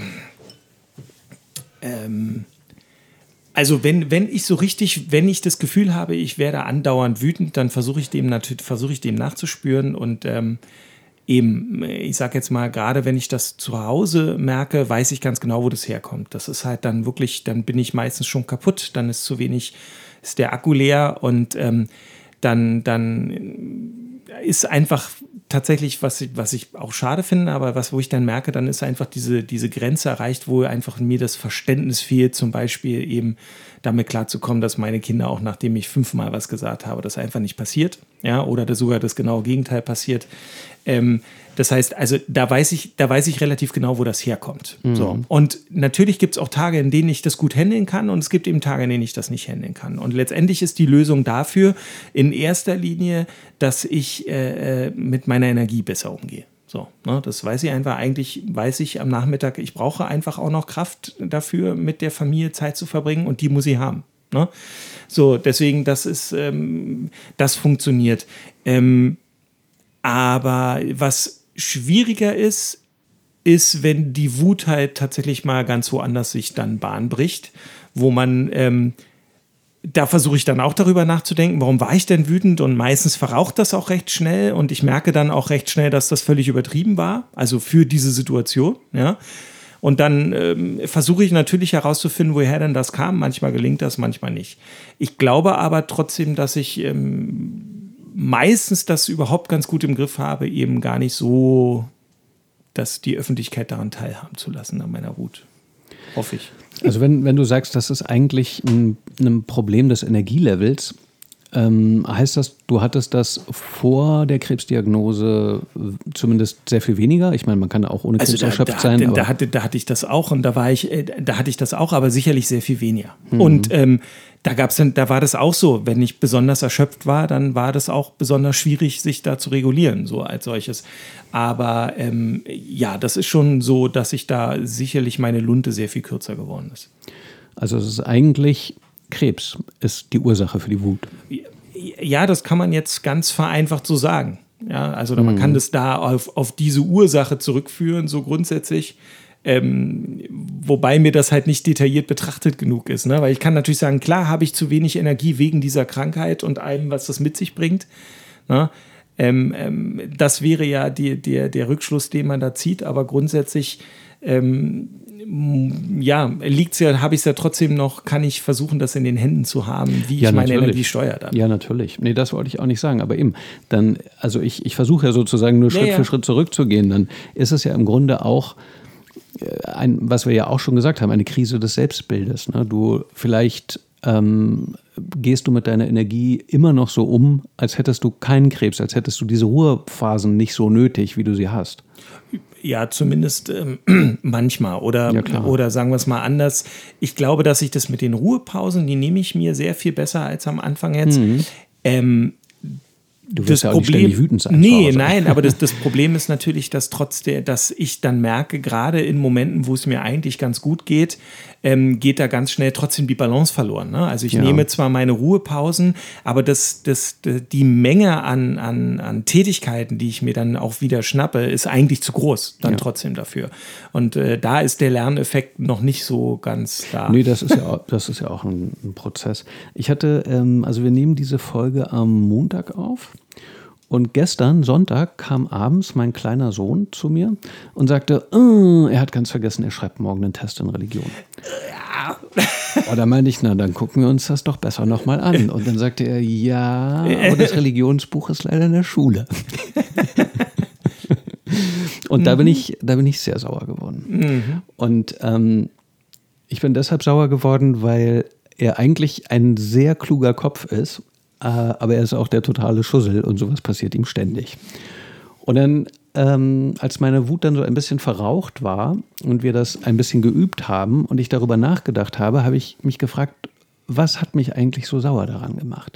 ähm, also wenn, wenn ich so richtig, wenn ich das Gefühl habe, ich werde andauernd wütend, dann versuche ich dem natürlich, versuche ich dem nachzuspüren und ähm, eben, ich sage jetzt mal, gerade wenn ich das zu Hause merke, weiß ich ganz genau, wo das herkommt. Das ist halt dann wirklich, dann bin ich meistens schon kaputt, dann ist zu wenig, ist der Akku leer und ähm, dann, dann ist einfach tatsächlich, was ich, was ich auch schade finde, aber was, wo ich dann merke, dann ist einfach diese, diese Grenze erreicht, wo einfach mir das Verständnis fehlt, zum Beispiel eben damit klarzukommen, dass meine Kinder auch, nachdem ich fünfmal was gesagt habe, das einfach nicht passiert, ja, oder das sogar das genaue Gegenteil passiert. Ähm, das heißt, also da weiß ich, da weiß ich relativ genau, wo das herkommt. Mhm. So. Und natürlich gibt es auch Tage, in denen ich das gut handeln kann und es gibt eben Tage, in denen ich das nicht handeln kann. Und letztendlich ist die Lösung dafür in erster Linie, dass ich äh, mit meiner Energie besser umgehe. So, ne, das weiß ich einfach. Eigentlich weiß ich am Nachmittag, ich brauche einfach auch noch Kraft dafür, mit der Familie Zeit zu verbringen und die muss ich haben. Ne? So, deswegen, das ist, ähm, das funktioniert. Ähm, aber was schwieriger ist, ist, wenn die Wut halt tatsächlich mal ganz woanders sich dann Bahn bricht, wo man, ähm, da versuche ich dann auch darüber nachzudenken, warum war ich denn wütend, und meistens verraucht das auch recht schnell und ich merke dann auch recht schnell, dass das völlig übertrieben war, also für diese Situation, ja. Und dann ähm, versuche ich natürlich herauszufinden, woher denn das kam. Manchmal gelingt das, manchmal nicht. Ich glaube aber trotzdem, dass ich ähm, meistens das überhaupt ganz gut im Griff habe, eben gar nicht so, dass die Öffentlichkeit daran teilhaben zu lassen an meiner Wut. Hoffe ich. Also wenn, wenn du sagst, das ist eigentlich ein, ein Problem des Energielevels, ähm, heißt das, du hattest das vor der Krebsdiagnose zumindest sehr viel weniger? Ich meine, man kann auch ohne Krebs also da, erschöpft da, sein. Da, aber da, hatte, da hatte ich das auch und da war ich, da hatte ich das auch, aber sicherlich sehr viel weniger. Mhm. Und ähm, da gab's dann, da war das auch so, wenn ich besonders erschöpft war, dann war das auch besonders schwierig, sich da zu regulieren, so als solches. Aber ähm, ja, das ist schon so, dass ich da sicherlich meine Lunte sehr viel kürzer geworden ist. Also es ist eigentlich Krebs ist die Ursache für die Wut. Ja, das kann man jetzt ganz vereinfacht so sagen. Ja, also man mhm. kann das da auf, auf diese Ursache zurückführen, so grundsätzlich. Ähm, wobei mir das halt nicht detailliert betrachtet genug ist. Ne? Weil ich kann natürlich sagen, klar habe ich zu wenig Energie wegen dieser Krankheit und allem, was das mit sich bringt. Ne? Ähm, ähm, das wäre ja die, der, der Rückschluss, den man da zieht. Aber grundsätzlich ähm, ja, liegt's ja, habe ich es ja trotzdem noch, kann ich versuchen, das in den Händen zu haben, wie ich ja, meine Energie steuere dann. Ja, natürlich. Nee, das wollte ich auch nicht sagen. Aber eben, dann, also ich, ich versuche ja sozusagen nur Schritt ja, ja. für Schritt zurückzugehen. Dann ist es ja im Grunde auch ein, was wir ja auch schon gesagt haben, eine Krise des Selbstbildes. Ne? Du vielleicht ähm, gehst du mit deiner Energie immer noch so um, als hättest du keinen Krebs, als hättest du diese Ruhephasen nicht so nötig, wie du sie hast. Ja, zumindest ähm, manchmal. Oder, ja, oder sagen wir es mal anders. Ich glaube, dass ich das mit den Ruhepausen, die nehme ich mir sehr viel besser als am Anfang jetzt. Mhm. Ähm, Du wirst das ja auch Problem, nicht ständig wütend sein. Nee, nein, aber das, das Problem ist natürlich, dass trotz der, dass ich dann merke, gerade in Momenten, wo es mir eigentlich ganz gut geht, ähm, geht da ganz schnell trotzdem die Balance verloren. Ne? Also ich ja. nehme zwar meine Ruhepausen, aber das, das, die Menge an, an, an Tätigkeiten, die ich mir dann auch wieder schnappe, ist eigentlich zu groß dann ja. trotzdem dafür. Und äh, da ist der Lerneffekt noch nicht so ganz da. Nee, das ist ja auch, das ist ja auch ein, ein Prozess. Ich hatte, ähm, also wir nehmen diese Folge am Montag auf. Und gestern, Sonntag, kam abends mein kleiner Sohn zu mir und sagte, oh, er hat ganz vergessen, er schreibt morgen einen Test in Religion. Ja. Oh, da meinte ich, na, dann gucken wir uns das doch besser nochmal an. Und dann sagte er, ja, aber das Religionsbuch ist leider in der Schule. Und mhm. da bin ich, da bin ich sehr sauer geworden. Mhm. Und ähm, ich bin deshalb sauer geworden, weil er eigentlich ein sehr kluger Kopf ist. Aber er ist auch der totale Schussel und sowas passiert ihm ständig. Und dann, ähm, als meine Wut dann so ein bisschen verraucht war und wir das ein bisschen geübt haben und ich darüber nachgedacht habe, habe ich mich gefragt, was hat mich eigentlich so sauer daran gemacht?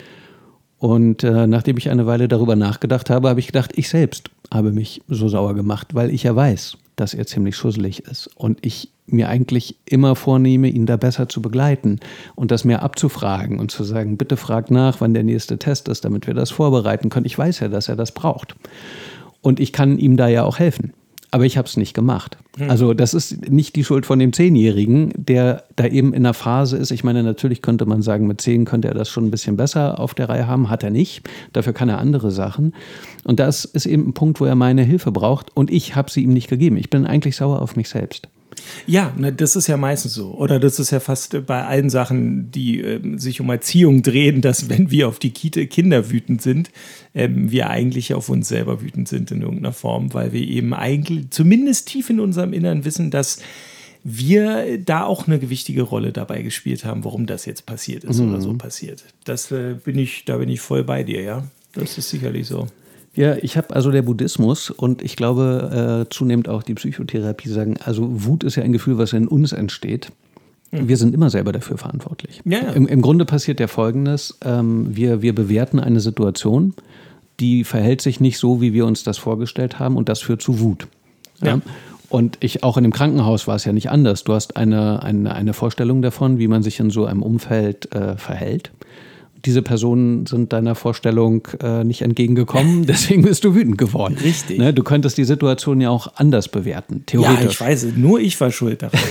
Und äh, nachdem ich eine Weile darüber nachgedacht habe, habe ich gedacht, ich selbst habe mich so sauer gemacht, weil ich ja weiß, dass er ziemlich schusselig ist und ich mir eigentlich immer vornehme, ihn da besser zu begleiten und das mehr abzufragen und zu sagen, bitte frag nach, wann der nächste Test ist, damit wir das vorbereiten können. Ich weiß ja, dass er das braucht. Und ich kann ihm da ja auch helfen. Aber ich habe es nicht gemacht. Hm. Also das ist nicht die Schuld von dem Zehnjährigen, der da eben in einer Phase ist. Ich meine, natürlich könnte man sagen, mit zehn könnte er das schon ein bisschen besser auf der Reihe haben. Hat er nicht. Dafür kann er andere Sachen. Und das ist eben ein Punkt, wo er meine Hilfe braucht. Und ich habe sie ihm nicht gegeben. Ich bin eigentlich sauer auf mich selbst. Ja, ne, das ist ja meistens so. Oder das ist ja fast bei allen Sachen, die äh, sich um Erziehung drehen, dass wenn wir auf die Kinder wütend sind, ähm, wir eigentlich auf uns selber wütend sind in irgendeiner Form, weil wir eben eigentlich zumindest tief in unserem Inneren wissen, dass wir da auch eine gewichtige Rolle dabei gespielt haben, warum das jetzt passiert ist mhm. oder so passiert. Das äh, bin ich, da bin ich voll bei dir, ja. Das ist sicherlich so. Ja, ich habe also der Buddhismus und ich glaube äh, zunehmend auch die Psychotherapie sagen, also Wut ist ja ein Gefühl, was in uns entsteht. Mhm. Wir sind immer selber dafür verantwortlich. Ja, ja. Im, Im Grunde passiert ja Folgendes, ähm, wir, wir bewerten eine Situation, die verhält sich nicht so, wie wir uns das vorgestellt haben und das führt zu Wut. Ja. Ja? Und ich, auch in dem Krankenhaus war es ja nicht anders. Du hast eine, eine, eine Vorstellung davon, wie man sich in so einem Umfeld äh, verhält. Diese Personen sind deiner Vorstellung äh, nicht entgegengekommen, deswegen bist du wütend geworden. Richtig. Ne, du könntest die Situation ja auch anders bewerten, theoretisch. Ja, ich weiß es, nur ich war schuld daran.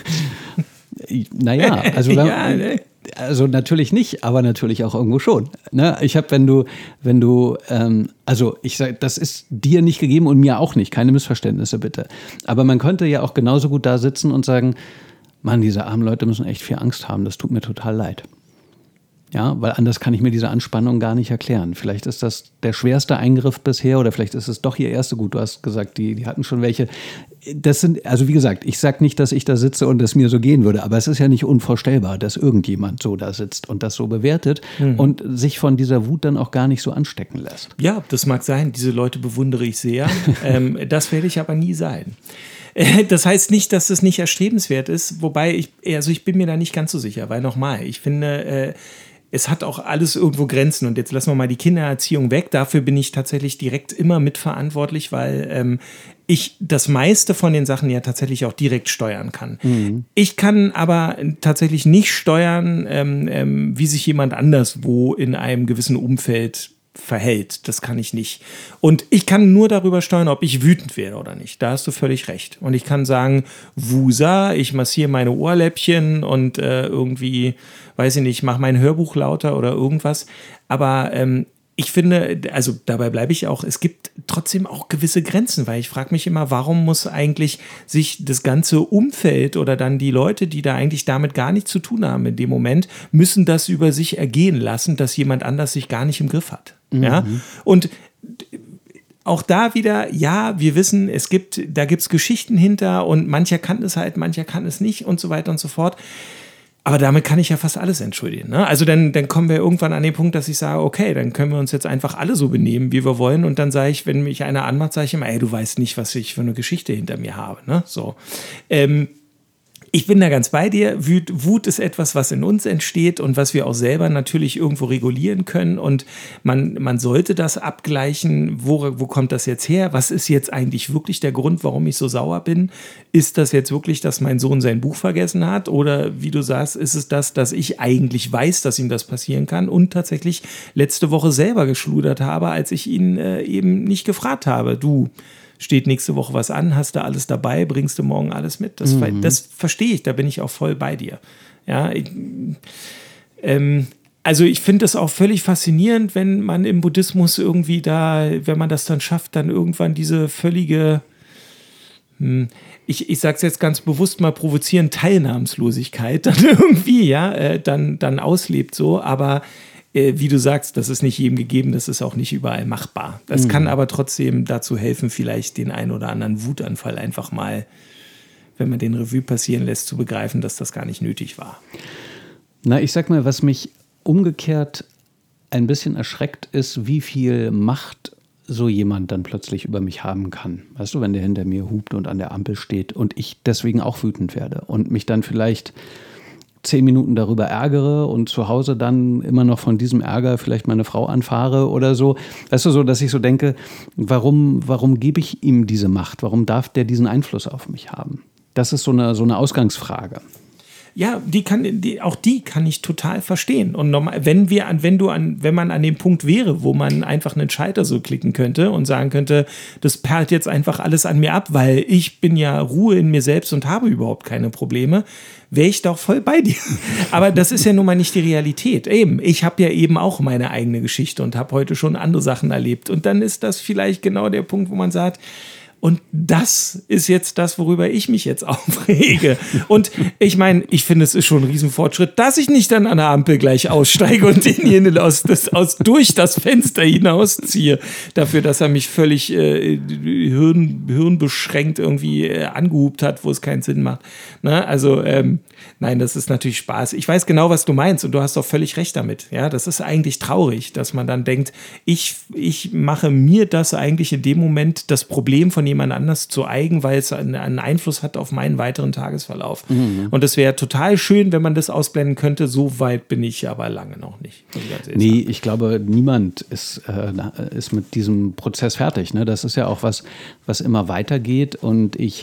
Naja, also, ja, ne? also natürlich nicht, aber natürlich auch irgendwo schon. Ne? Ich habe, wenn du, wenn du, ähm, also ich sage, das ist dir nicht gegeben und mir auch nicht, keine Missverständnisse bitte. Aber man könnte ja auch genauso gut da sitzen und sagen, Mann, diese armen Leute müssen echt viel Angst haben, das tut mir total leid. Ja, weil anders kann ich mir diese Anspannung gar nicht erklären. Vielleicht ist das der schwerste Eingriff bisher oder vielleicht ist es doch ihr erste. Gut, du hast gesagt, die, die hatten schon welche. Das sind, also wie gesagt, ich sage nicht, dass ich da sitze und es mir so gehen würde, aber es ist ja nicht unvorstellbar, dass irgendjemand so da sitzt und das so bewertet mhm. und sich von dieser Wut dann auch gar nicht so anstecken lässt. Ja, das mag sein. Diese Leute bewundere ich sehr. ähm, das werde ich aber nie sein. Das heißt nicht, dass es nicht erstrebenswert ist, wobei ich, also ich bin mir da nicht ganz so sicher, weil nochmal, ich finde, äh, es hat auch alles irgendwo Grenzen und jetzt lassen wir mal die Kindererziehung weg. Dafür bin ich tatsächlich direkt immer mitverantwortlich, weil ähm, ich das meiste von den Sachen ja tatsächlich auch direkt steuern kann. Mhm. Ich kann aber tatsächlich nicht steuern, ähm, ähm, wie sich jemand anderswo in einem gewissen Umfeld verhält. Das kann ich nicht. Und ich kann nur darüber steuern, ob ich wütend werde oder nicht. Da hast du völlig recht. Und ich kann sagen, Wusa, ich massiere meine Ohrläppchen und äh, irgendwie, weiß ich nicht, mache mein Hörbuch lauter oder irgendwas. Aber ähm, ich finde, also dabei bleibe ich auch, es gibt trotzdem auch gewisse Grenzen, weil ich frage mich immer, warum muss eigentlich sich das ganze Umfeld oder dann die Leute, die da eigentlich damit gar nichts zu tun haben in dem Moment, müssen das über sich ergehen lassen, dass jemand anders sich gar nicht im Griff hat. Mhm. Ja? Und auch da wieder, ja, wir wissen, es gibt, da gibt es Geschichten hinter und mancher kann es halt, mancher kann es nicht und so weiter und so fort. Aber damit kann ich ja fast alles entschuldigen. Ne? Also dann, dann kommen wir irgendwann an den Punkt, dass ich sage, okay, dann können wir uns jetzt einfach alle so benehmen, wie wir wollen. Und dann sage ich, wenn mich einer anmacht, sage ich immer, ey, du weißt nicht, was ich für eine Geschichte hinter mir habe. Ne? So. Ähm, Ich bin da ganz bei dir. Wut, Wut ist etwas, was in uns entsteht und was wir auch selber natürlich irgendwo regulieren können. Und man, man sollte das abgleichen, wo, wo kommt das jetzt her? Was ist jetzt eigentlich wirklich der Grund, warum ich so sauer bin? Ist das jetzt wirklich, dass mein Sohn sein Buch vergessen hat? Oder wie du sagst, ist es das, dass ich eigentlich weiß, dass ihm das passieren kann und tatsächlich letzte Woche selber geschludert habe, als ich ihn äh, eben nicht gefragt habe. Du, steht nächste Woche was an, hast du alles dabei, bringst du morgen alles mit. Das, mhm. das verstehe ich, da bin ich auch voll bei dir. Ja, ich, ähm, also ich finde das auch völlig faszinierend, wenn man im Buddhismus irgendwie da, wenn man das dann schafft, dann irgendwann diese völlige, hm, ich, ich sag's jetzt ganz bewusst mal provozieren, Teilnahmslosigkeit dann irgendwie, ja, äh, dann, dann auslebt so, aber wie du sagst, das ist nicht jedem gegeben, das ist auch nicht überall machbar. Das mhm. kann aber trotzdem dazu helfen, vielleicht den einen oder anderen Wutanfall einfach mal, wenn man den Revue passieren lässt, zu begreifen, dass das gar nicht nötig war. Na, ich sag mal, was mich umgekehrt ein bisschen erschreckt, ist, wie viel Macht so jemand dann plötzlich über mich haben kann. Weißt du, wenn der hinter mir hupt und an der Ampel steht und ich deswegen auch wütend werde und mich dann vielleicht zehn Minuten darüber ärgere und zu Hause dann immer noch von diesem Ärger vielleicht meine Frau anfahre oder so. Weißt du, so, dass ich so denke, warum, warum gebe ich ihm diese Macht? Warum darf der diesen Einfluss auf mich haben? Das ist so eine, so eine Ausgangsfrage. Ja, die kann, die, auch die kann ich total verstehen. Und normal, wenn wir an, wenn du an, wenn man an dem Punkt wäre, wo man einfach einen Schalter so klicken könnte und sagen könnte, das perlt jetzt einfach alles an mir ab, weil ich bin ja Ruhe in mir selbst und habe überhaupt keine Probleme, wäre ich doch voll bei dir. Aber das ist ja nun mal nicht die Realität. Eben, ich habe ja eben auch meine eigene Geschichte und habe heute schon andere Sachen erlebt. Und dann ist das vielleicht genau der Punkt, wo man sagt, und das ist jetzt das, worüber ich mich jetzt aufrege. Und ich meine, ich finde, es ist schon ein Riesenfortschritt, dass ich nicht dann an der Ampel gleich aussteige und denjenigen aus, das, aus, durch das Fenster hinausziehe. Dafür, dass er mich völlig äh, hirn, hirnbeschränkt irgendwie äh, angehupt hat, wo es keinen Sinn macht. Ne? Also, ähm, nein, das ist natürlich Spaß. Ich weiß genau, was du meinst und du hast auch völlig recht damit. Ja, das ist eigentlich traurig, dass man dann denkt, ich, ich mache mir das eigentlich in dem Moment das Problem von jemand anders zu eigen, weil es einen, einen Einfluss hat auf meinen weiteren Tagesverlauf. Mhm. Und es wäre total schön, wenn man das ausblenden könnte. So weit bin ich aber lange noch nicht. Nee, ich glaube, niemand ist, äh, ist mit diesem Prozess fertig. Ne? Das ist ja auch was, was immer weitergeht. Und ich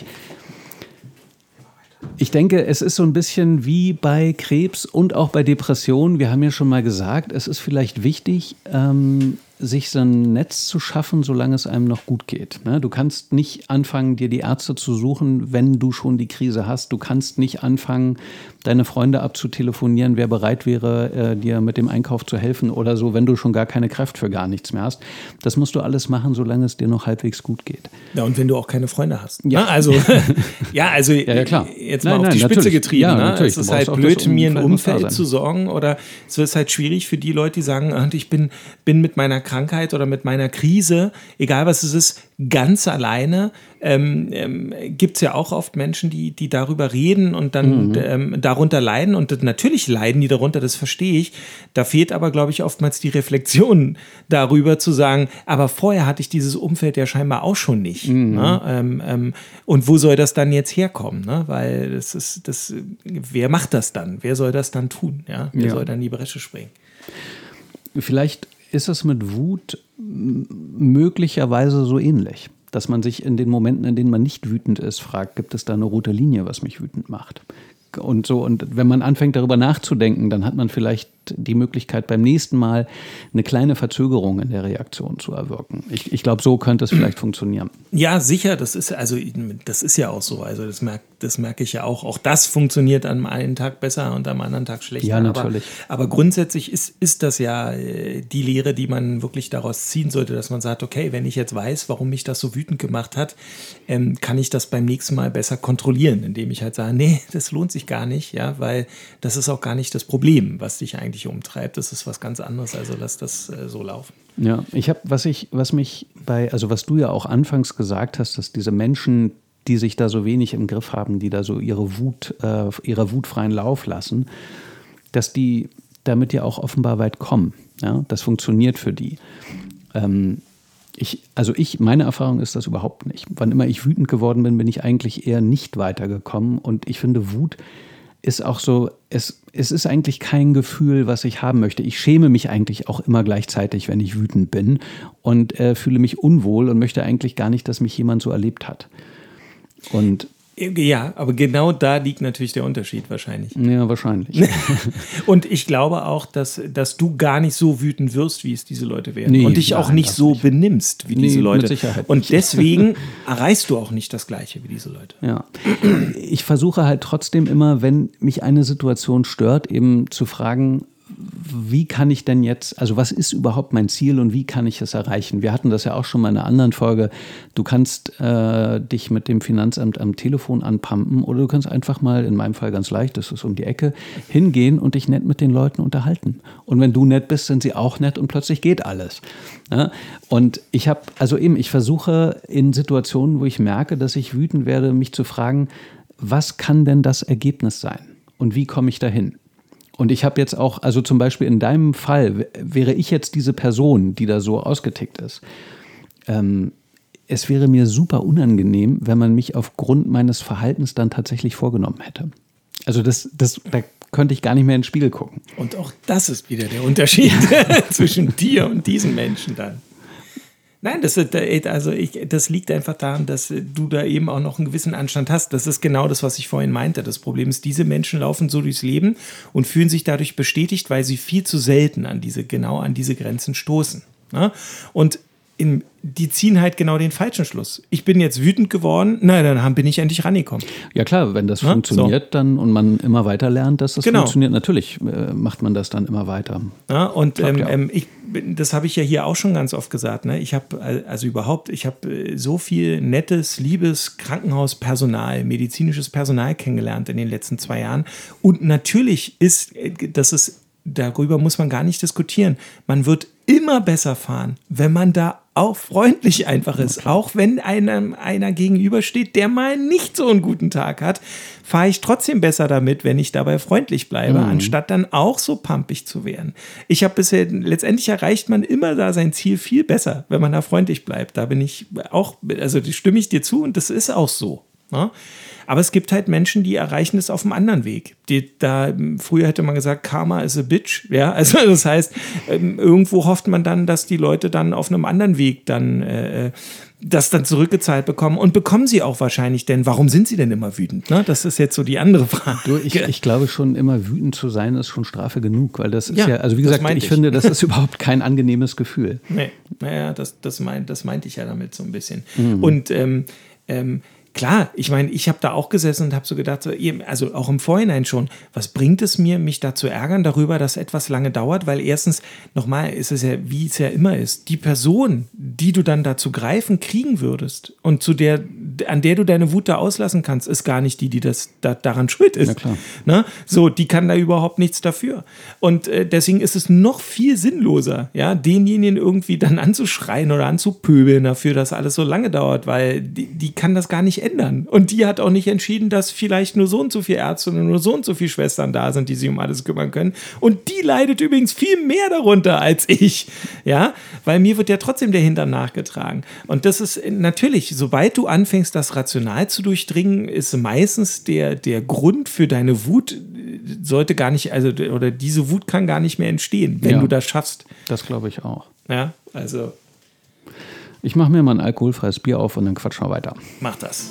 Ich denke, es ist so ein bisschen wie bei Krebs und auch bei Depressionen. Wir haben ja schon mal gesagt, es ist vielleicht wichtig, ähm, sich so ein Netz zu schaffen, solange es einem noch gut geht. Ne? Du kannst nicht anfangen, dir die Ärzte zu suchen, wenn du schon die Krise hast. Du kannst nicht anfangen, deine Freunde abzutelefonieren, wer bereit wäre, äh, dir mit dem Einkauf zu helfen oder so, wenn du schon gar keine Kraft für gar nichts mehr hast. Das musst du alles machen, solange es dir noch halbwegs gut geht. Ja, und wenn du auch keine Freunde hast. Ja, ne? Also, ja, also ja, ja, klar. jetzt mal nein, auf nein, die Spitze natürlich. getrieben. Ja, ne? natürlich. Es ist Du halt brauchst blöd, auch das mir ein Umfeld Umfeld zu sorgen oder es ist halt schwierig für die Leute, die sagen, ich bin, bin mit meiner Krankheit oder mit meiner Krise, egal was es ist, ganz alleine. Ähm, ähm, gibt es ja auch oft Menschen, die, die darüber reden und dann mhm. ähm, darunter leiden. Und natürlich leiden die darunter, das verstehe ich. Da fehlt aber, glaube ich, oftmals die Reflexion darüber zu sagen, aber vorher hatte ich dieses Umfeld ja scheinbar auch schon nicht. Mhm. Ne? Ähm, ähm, und wo soll das dann jetzt herkommen? Ne? Weil das ist, das, wer macht das dann? Wer soll das dann tun? Ja? Wer ja. soll dann in die Bresche springen? Vielleicht ist es mit Wut möglicherweise so ähnlich, dass man sich in den Momenten, in denen man nicht wütend ist, fragt, gibt es da eine rote Linie, was mich wütend macht? Und so, und wenn man anfängt, darüber nachzudenken, dann hat man vielleicht hast die Möglichkeit, beim nächsten Mal eine kleine Verzögerung in der Reaktion zu erwirken. Ich, ich glaube, so könnte es vielleicht funktionieren. Ja, sicher. Das ist also, das ist ja auch so. Also das merke das merke ich ja auch. Auch das funktioniert am einen Tag besser und am anderen Tag schlechter. Ja, natürlich. Aber, aber grundsätzlich ist, ist das ja die Lehre, die man wirklich daraus ziehen sollte, dass man sagt, okay, wenn ich jetzt weiß, warum mich das so wütend gemacht hat, ähm, kann ich das beim nächsten Mal besser kontrollieren, indem ich halt sage, nee, das lohnt sich gar nicht, ja, weil das ist auch gar nicht das Problem, was dich eigentlich umtreibt. Das ist was ganz anderes, also lass das äh, so laufen. Ja, ich habe, was ich, was mich bei, also was du ja auch anfangs gesagt hast, dass diese Menschen, die sich da so wenig im Griff haben, die da so ihre Wut, äh, ihrer Wut freien Lauf lassen, dass die damit ja auch offenbar weit kommen. Ja, das funktioniert für die. Ähm, ich, also ich, meine Erfahrung ist das überhaupt nicht. Wann immer ich wütend geworden bin, bin ich eigentlich eher nicht weitergekommen. Und ich finde, Wut ist auch so, es, es ist eigentlich kein Gefühl, was ich haben möchte. Ich schäme mich eigentlich auch immer gleichzeitig, wenn ich wütend bin und äh, fühle mich unwohl und möchte eigentlich gar nicht, dass mich jemand so erlebt hat. Und ja, aber genau da liegt natürlich der Unterschied wahrscheinlich. Ja, wahrscheinlich. Und ich glaube auch, dass, dass du gar nicht so wütend wirst, wie es diese Leute werden. Nee, und dich auch nein, nicht so nicht. benimmst wie Nee, diese Leute. mit Sicherheit Und nicht. deswegen erreichst du auch nicht das Gleiche wie diese Leute. Ja. Ich versuche halt trotzdem immer, wenn mich eine Situation stört, eben zu fragen, wie kann ich denn jetzt, also was ist überhaupt mein Ziel und wie kann ich es erreichen? Wir hatten das ja auch schon mal in einer anderen Folge. Du kannst äh, dich mit dem Finanzamt am Telefon anpumpen oder du kannst einfach mal, in meinem Fall ganz leicht, das ist um die Ecke, hingehen und dich nett mit den Leuten unterhalten. Und wenn du nett bist, sind sie auch nett und plötzlich geht alles. Ja? Und ich habe, also eben, ich versuche in Situationen, wo ich merke, dass ich wütend werde, mich zu fragen, was kann denn das Ergebnis sein? Und wie komme ich dahin? Und ich habe jetzt auch, also zum Beispiel in deinem Fall, wäre ich jetzt diese Person, die da so ausgetickt ist. Ähm, es wäre mir super unangenehm, wenn man mich aufgrund meines Verhaltens dann tatsächlich vorgenommen hätte. Also das, das, da könnte ich gar nicht mehr in den Spiegel gucken. Und auch das ist wieder der Unterschied zwischen dir und diesen Menschen dann. Nein, das, also ich, das liegt einfach daran, dass du da eben auch noch einen gewissen Anstand hast. Das ist genau das, was ich vorhin meinte. Das Problem ist, diese Menschen laufen so durchs Leben und fühlen sich dadurch bestätigt, weil sie viel zu selten an diese, genau an diese Grenzen stoßen. Ja? Und in, die ziehen halt genau den falschen Schluss. Ich bin jetzt wütend geworden, na, dann bin ich endlich rangekommen. Ja klar, wenn das ja? funktioniert so. dann und man immer weiter lernt, dass das genau. funktioniert, natürlich äh, macht man das dann immer weiter. Ja, und Klappt, ähm, ja. ähm, ich, das habe ich ja hier auch schon ganz oft gesagt. Ne? Ich habe also überhaupt, ich habe so viel nettes, liebes Krankenhauspersonal, medizinisches Personal kennengelernt in den letzten zwei Jahren. Und natürlich ist, das ist, darüber muss man gar nicht diskutieren. Man wird immer besser fahren, wenn man da auch freundlich einfach ist. Okay. Auch wenn einem einer gegenübersteht, der mal nicht so einen guten Tag hat, fahre ich trotzdem besser damit, wenn ich dabei freundlich bleibe, mhm. anstatt dann auch so pampig zu werden. Ich habe bisher, letztendlich erreicht man immer da sein Ziel viel besser, wenn man da freundlich bleibt. Da bin ich auch, also stimme ich dir zu und das ist auch so. Ne? Aber es gibt halt Menschen, die erreichen es auf einem anderen Weg. Die, da, früher hätte man gesagt, Karma is a bitch. Ja? Also das heißt, irgendwo hofft man dann, dass die Leute dann auf einem anderen Weg dann äh, das dann zurückgezahlt bekommen. Und bekommen sie auch wahrscheinlich, denn warum sind sie denn immer wütend? Ne? Das ist jetzt so die andere Frage. Du, ich, ich glaube schon, immer wütend zu sein, ist schon Strafe genug. Weil das ist ja, ja also wie gesagt, ich, ich finde, das ist überhaupt kein angenehmes Gefühl. Nee, naja, das, das, mein, das meinte ich ja damit so ein bisschen. Mhm. Und ähm, ähm, klar, ich meine, ich habe da auch gesessen und habe so gedacht, so, also auch im Vorhinein schon, was bringt es mir, mich da zu ärgern darüber, dass etwas lange dauert? Weil erstens, nochmal, ist es ja, wie es ja immer ist, die Person, die du dann da zu greifen kriegen würdest und zu der, an der du deine Wut da auslassen kannst, ist gar nicht die, die das da, daran schuld ist. Ja, klar. Ne? So, die kann da überhaupt nichts dafür. Und äh, deswegen ist es noch viel sinnloser, ja, denjenigen irgendwie dann anzuschreien oder anzupöbeln dafür, dass alles so lange dauert, weil die, die kann das gar nicht ändern. Und die hat auch nicht entschieden, dass vielleicht nur so und so viele Ärzte und nur so und so viele Schwestern da sind, die sich um alles kümmern können. Und die leidet übrigens viel mehr darunter als ich. Ja, weil mir wird ja trotzdem der Hintern nachgetragen. Und das ist natürlich, sobald du anfängst, das rational zu durchdringen, ist meistens der, der Grund für deine Wut sollte gar nicht, also, oder diese Wut kann gar nicht mehr entstehen, wenn ja, du das schaffst. Das glaube ich auch. Ja, also. Ich mache mir mal ein alkoholfreies Bier auf und dann quatschen wir weiter. Mach das.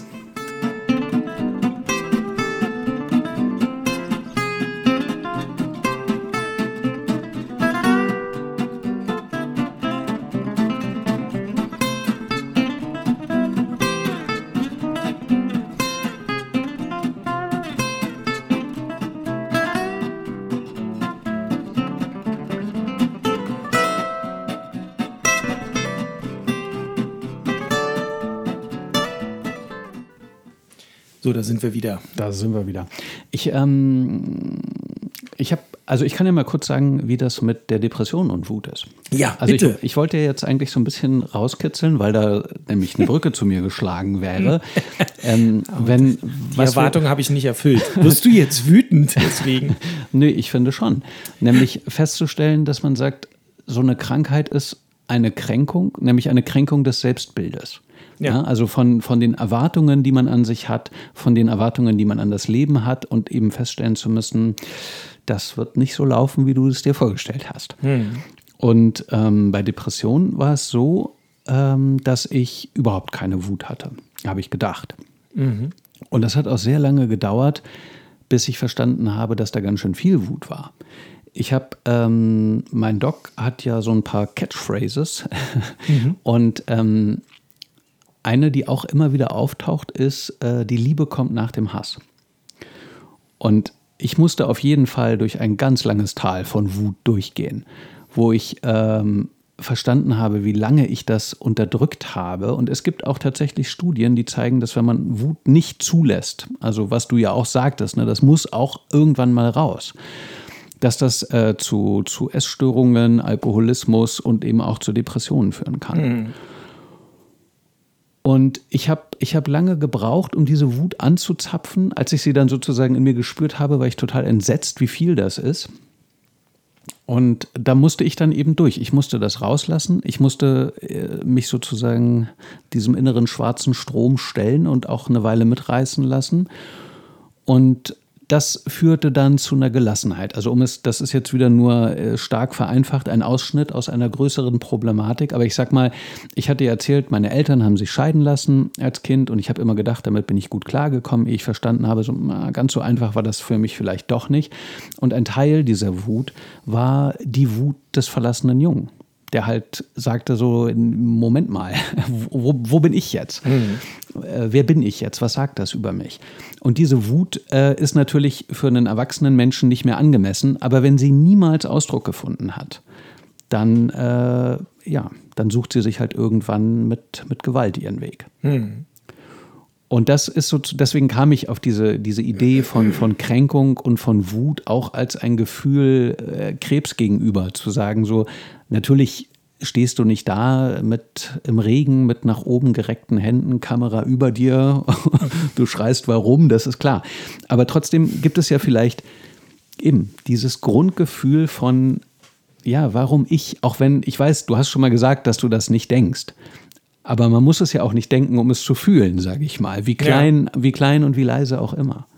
So, da sind wir wieder. Da sind wir wieder. Ich, ähm, ich habe, also ich kann ja mal kurz sagen, wie das mit der Depression und Wut ist. Ja, also bitte. Ich, ich wollte ja jetzt eigentlich so ein bisschen rauskitzeln, weil da nämlich eine Brücke zu mir geschlagen wäre. ähm, wenn, Die Erwartung habe ich nicht erfüllt. Wirst du jetzt wütend deswegen? Nö, ich finde schon. Nämlich festzustellen, dass man sagt, so eine Krankheit ist eine Kränkung, nämlich eine Kränkung des Selbstbildes. Ja. Ja, also von, von den Erwartungen, die man an sich hat, von den Erwartungen, die man an das Leben hat und eben feststellen zu müssen, das wird nicht so laufen, wie du es dir vorgestellt hast. Hm. Und ähm, bei Depressionen war es so, ähm, dass ich überhaupt keine Wut hatte, habe ich gedacht. Mhm. Und das hat auch sehr lange gedauert, bis ich verstanden habe, dass da ganz schön viel Wut war. Ich habe, ähm, mein Doc hat ja so ein paar Catchphrases mhm. und ähm, eine, die auch immer wieder auftaucht, ist, äh, die Liebe kommt nach dem Hass. Und ich musste auf jeden Fall durch ein ganz langes Tal von Wut durchgehen, wo ich ähm, verstanden habe, wie lange ich das unterdrückt habe. Und es gibt auch tatsächlich Studien, die zeigen, dass wenn man Wut nicht zulässt, also was du ja auch sagtest, ne, das muss auch irgendwann mal raus, dass das äh, zu, zu Essstörungen, Alkoholismus und eben auch zu Depressionen führen kann. Mhm. Und ich habe ich hab lange gebraucht, um diese Wut anzuzapfen. Als ich sie dann sozusagen in mir gespürt habe, war ich total entsetzt, wie viel das ist. Und da musste ich dann eben durch. Ich musste das rauslassen. Ich musste äh, mich sozusagen diesem inneren schwarzen Strom stellen und auch eine Weile mitreißen lassen. Und das führte dann zu einer Gelassenheit. Also um es, das ist jetzt wieder nur äh, stark vereinfacht, ein Ausschnitt aus einer größeren Problematik. Aber ich sag mal, ich hatte ja erzählt, meine Eltern haben sich scheiden lassen als Kind und ich habe immer gedacht, damit bin ich gut klargekommen, ehe ich verstanden habe, so, na, ganz so einfach war das für mich vielleicht doch nicht. Und ein Teil dieser Wut war die Wut des verlassenen Jungen, der halt sagte so, Moment mal, wo, wo bin ich jetzt? Mhm. Äh, wer bin ich jetzt? Was sagt das über mich? Und diese Wut äh, ist natürlich für einen erwachsenen Menschen nicht mehr angemessen, aber wenn sie niemals Ausdruck gefunden hat, dann, äh, ja, dann sucht sie sich halt irgendwann mit, mit Gewalt ihren Weg. Mhm. Und das ist so, deswegen kam ich auf diese, diese Idee von, von Kränkung und von Wut auch als ein Gefühl äh, Krebs gegenüber, zu sagen so, natürlich stehst du nicht da mit im Regen mit nach oben gereckten Händen, Kamera über dir, du schreist warum, das ist klar. Aber trotzdem gibt es ja vielleicht eben dieses Grundgefühl von, ja, warum ich, auch wenn, ich weiß, du hast schon mal gesagt, dass du das nicht denkst. Aber man muss es ja auch nicht denken, um es zu fühlen, sage ich mal. Wie klein, ja. wie klein und wie leise auch immer.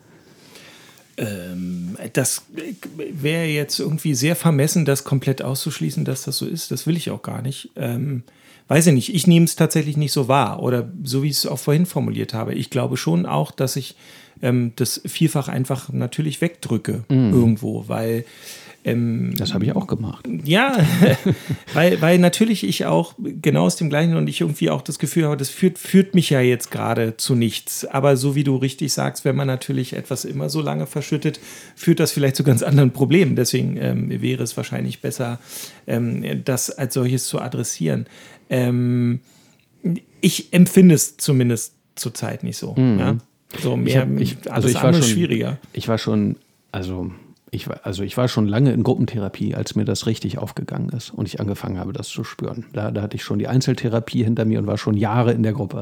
Ähm, das wäre jetzt irgendwie sehr vermessen, das komplett auszuschließen, dass das so ist. Das will ich auch gar nicht. Ähm, weiß ich nicht. Ich nehme es tatsächlich nicht so wahr. Oder so, wie ich es auch vorhin formuliert habe. Ich glaube schon auch, dass ich ähm, das vielfach einfach natürlich wegdrücke mm. irgendwo, weil Ähm, das habe ich auch gemacht. Ja, weil, weil natürlich ich auch genau aus dem Gleichen und ich irgendwie auch das Gefühl habe, das führt, führt mich ja jetzt gerade zu nichts. Aber so wie du richtig sagst, wenn man natürlich etwas immer so lange verschüttet, führt das vielleicht zu ganz anderen Problemen. Deswegen ähm, wäre es wahrscheinlich besser, ähm, das als solches zu adressieren. Ähm, ich empfinde es zumindest zurzeit nicht so. Mhm. Ja? So mehr, ich, ich, also alles ich war andere schon, schwieriger. Ich war schon, also... Ich war, also ich war schon lange in Gruppentherapie, als mir das richtig aufgegangen ist und ich angefangen habe, das zu spüren. Da, da hatte ich schon die Einzeltherapie hinter mir und war schon Jahre in der Gruppe.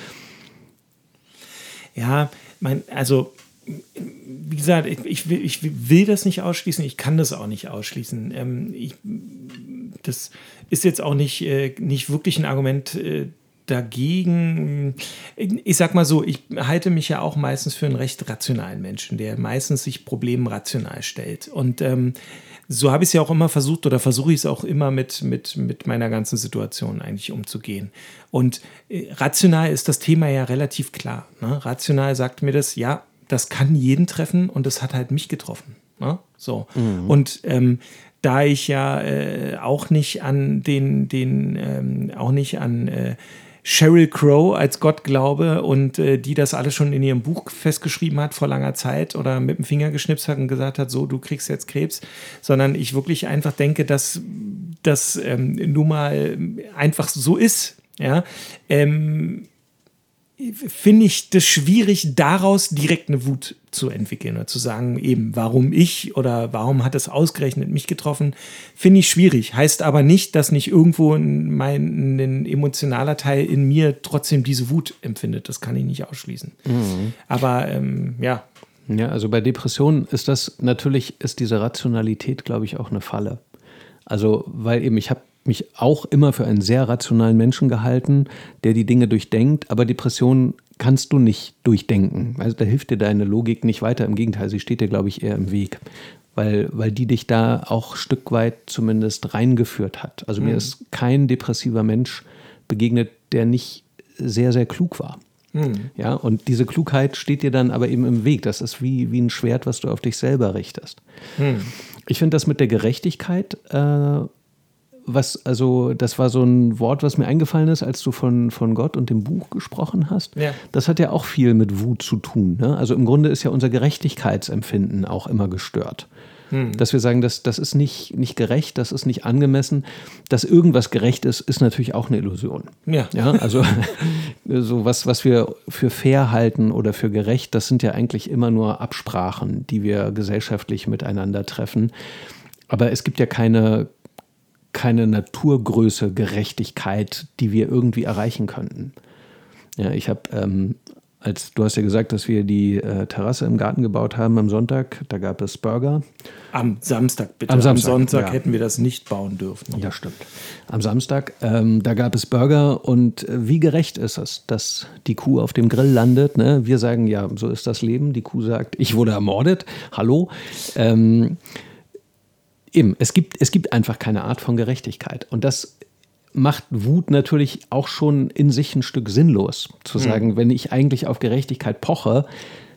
Ja, mein, also wie gesagt, ich, ich, will, ich will das nicht ausschließen, ich kann das auch nicht ausschließen. Ähm, ich, das ist jetzt auch nicht, äh, nicht wirklich ein Argument äh, dagegen. Ich sag mal so, ich halte mich ja auch meistens für einen recht rationalen Menschen, der meistens sich Problemen rational stellt. Und ähm, so habe ich es ja auch immer versucht oder versuche ich es auch immer mit, mit, mit meiner ganzen Situation eigentlich umzugehen. Und äh, rational ist das Thema ja relativ klar. Ne? Rational sagt mir das, ja, das kann jeden treffen und das hat halt mich getroffen. Ne? So. Mhm. Und ähm, da ich ja äh, auch nicht an den, den ähm, auch nicht an äh, Sheryl Crow als Gott glaube und äh, die das alles schon in ihrem Buch festgeschrieben hat vor langer Zeit oder mit dem Finger geschnipst hat und gesagt hat, so, du kriegst jetzt Krebs, sondern ich wirklich einfach denke, dass das ähm, nun mal einfach so ist, ja, ähm, finde ich das schwierig, daraus direkt eine Wut zu entwickeln oder zu sagen, eben, warum ich oder warum hat es ausgerechnet mich getroffen, finde ich schwierig. Heißt aber nicht, dass nicht irgendwo mein ein emotionaler Teil in mir trotzdem diese Wut empfindet. Das kann ich nicht ausschließen. Mhm. Aber ähm, ja. Ja, also bei Depressionen ist das natürlich, ist diese Rationalität, glaube ich, auch eine Falle. Also, weil eben, ich habe mich auch immer für einen sehr rationalen Menschen gehalten, der die Dinge durchdenkt, aber Depressionen kannst du nicht durchdenken. Also da hilft dir deine Logik nicht weiter, im Gegenteil, sie steht dir, glaube ich, eher im Weg, weil, weil die dich da auch ein Stück weit zumindest reingeführt hat. Also mhm. mir ist kein depressiver Mensch begegnet, der nicht sehr, sehr klug war. Mhm. Ja, und diese Klugheit steht dir dann aber eben im Weg. Das ist wie, wie ein Schwert, was du auf dich selber richtest. Mhm. Ich finde das mit der Gerechtigkeit äh, was, also, das war so ein Wort, was mir eingefallen ist, als du von, von Gott und dem Buch gesprochen hast. Ja. Das hat ja auch viel mit Wut zu tun. Ne? Also im Grunde ist ja unser Gerechtigkeitsempfinden auch immer gestört. Hm. Dass wir sagen, das, das ist nicht, nicht gerecht, das ist nicht angemessen. Dass irgendwas gerecht ist, ist natürlich auch eine Illusion. Ja. Ja, also so was, was wir für fair halten oder für gerecht, das sind ja eigentlich immer nur Absprachen, die wir gesellschaftlich miteinander treffen. Aber es gibt ja keine keine Naturgröße Gerechtigkeit, die wir irgendwie erreichen könnten. Ja, ich habe, ähm, als du hast ja gesagt, dass wir die äh, Terrasse im Garten gebaut haben am Sonntag, da gab es Burger. Am Samstag bitte, am, Samstag, am Sonntag ja. hätten wir das nicht bauen dürfen. Ja, stimmt. Am Samstag, ähm, da gab es Burger und äh, wie gerecht ist es, dass die Kuh auf dem Grill landet? Ne? Wir sagen, ja, so ist das Leben. Die Kuh sagt, ich wurde ermordet. Hallo. Ähm, Eben, es gibt, es gibt einfach keine Art von Gerechtigkeit. Und das macht Wut natürlich auch schon in sich ein Stück sinnlos. Zu sagen, mhm. wenn ich eigentlich auf Gerechtigkeit poche,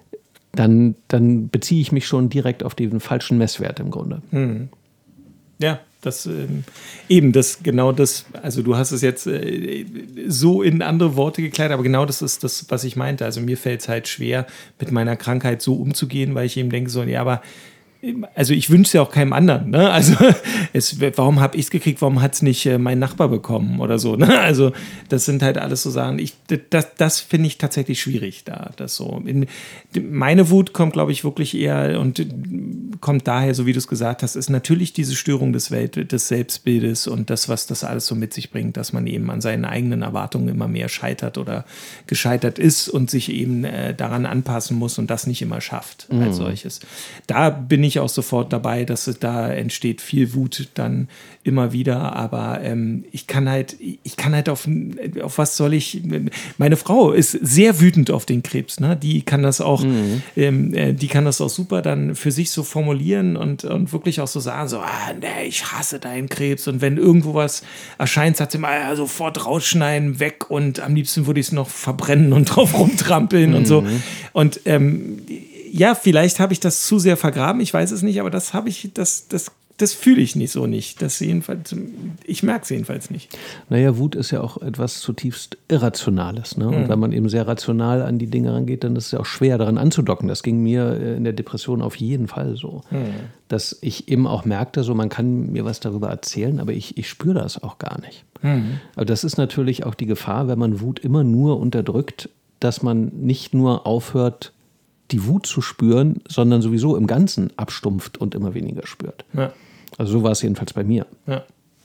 dann, dann beziehe ich mich schon direkt auf den falschen Messwert im Grunde. Mhm. Ja, das ähm, eben, das genau das, also du hast es jetzt äh, so in andere Worte gekleidet, aber genau das ist das, was ich meinte. Also mir fällt es halt schwer, mit meiner Krankheit so umzugehen, weil ich eben denke so, ja, aber also ich wünsche es ja auch keinem anderen, ne? Also es, warum habe ich es gekriegt, warum hat es nicht äh, mein Nachbar bekommen oder so, ne? Also das sind halt alles so Sachen, ich, das, das finde ich tatsächlich schwierig da, das so. In, meine Wut kommt, glaube ich, wirklich eher und kommt daher, so wie du es gesagt hast, ist natürlich diese Störung des Welt, des Selbstbildes und das, was das alles so mit sich bringt, dass man eben an seinen eigenen Erwartungen immer mehr scheitert oder gescheitert ist und sich eben äh, daran anpassen muss und das nicht immer schafft mhm. als solches. Da bin ich ich auch sofort dabei, dass es da entsteht viel Wut dann immer wieder, aber ähm, ich kann halt, ich kann halt auf, auf was soll ich, meine Frau ist sehr wütend auf den Krebs, ne? Die kann das auch, mhm. ähm, die kann das auch super dann für sich so formulieren und, und wirklich auch so sagen, so, ah, nee, ich hasse deinen Krebs und wenn irgendwo was erscheint, sagt sie mal, ja, sofort rausschneiden, weg und am liebsten würde ich es noch verbrennen und drauf rumtrampeln mhm. und so und ähm, ja, vielleicht habe ich das zu sehr vergraben, ich weiß es nicht, aber das habe ich, das, das, das fühle ich nicht so nicht. Das jedenfalls, ich merke es jedenfalls nicht. Naja, Wut ist ja auch etwas zutiefst Irrationales. Ne? Und mhm. wenn man eben sehr rational an die Dinge rangeht, dann ist es ja auch schwer, daran anzudocken. Das ging mir in der Depression auf jeden Fall so. Mhm. Dass ich eben auch merkte, so man kann mir was darüber erzählen, aber ich, ich spüre das auch gar nicht. Mhm. Aber das ist natürlich auch die Gefahr, wenn man Wut immer nur unterdrückt, dass man nicht nur aufhört, die Wut zu spüren, sondern sowieso im Ganzen abstumpft und immer weniger spürt. Ja. Also so war es jedenfalls bei mir. Ja,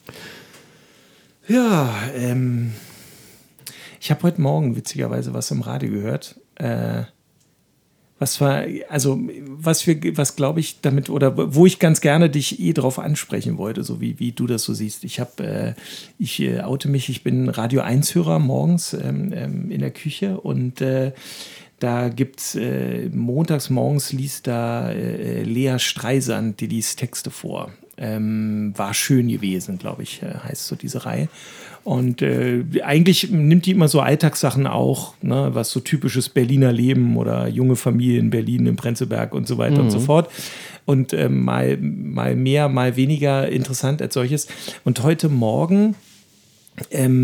ja ähm, ich habe heute Morgen witzigerweise was im Radio gehört. Äh, was war, also was wir, was glaube ich damit, oder wo ich ganz gerne dich eh drauf ansprechen wollte, so wie, wie du das so siehst. Ich habe, äh, ich äh, oute mich, ich bin Radio eins Hörer morgens ähm, ähm, in der Küche und äh, da gibt's äh, montags morgens liest da äh, Lea Streisand, die liest Texte vor. Ähm, war schön gewesen, glaube ich, äh, heißt so diese Reihe. Und äh, eigentlich nimmt die immer so Alltagssachen auch, ne, was so typisches Berliner Leben oder junge Familien in Berlin, im Prenzlberg und so weiter mhm. und so fort. Und äh, mal, mal mehr, mal weniger interessant als solches. Und heute Morgen ähm,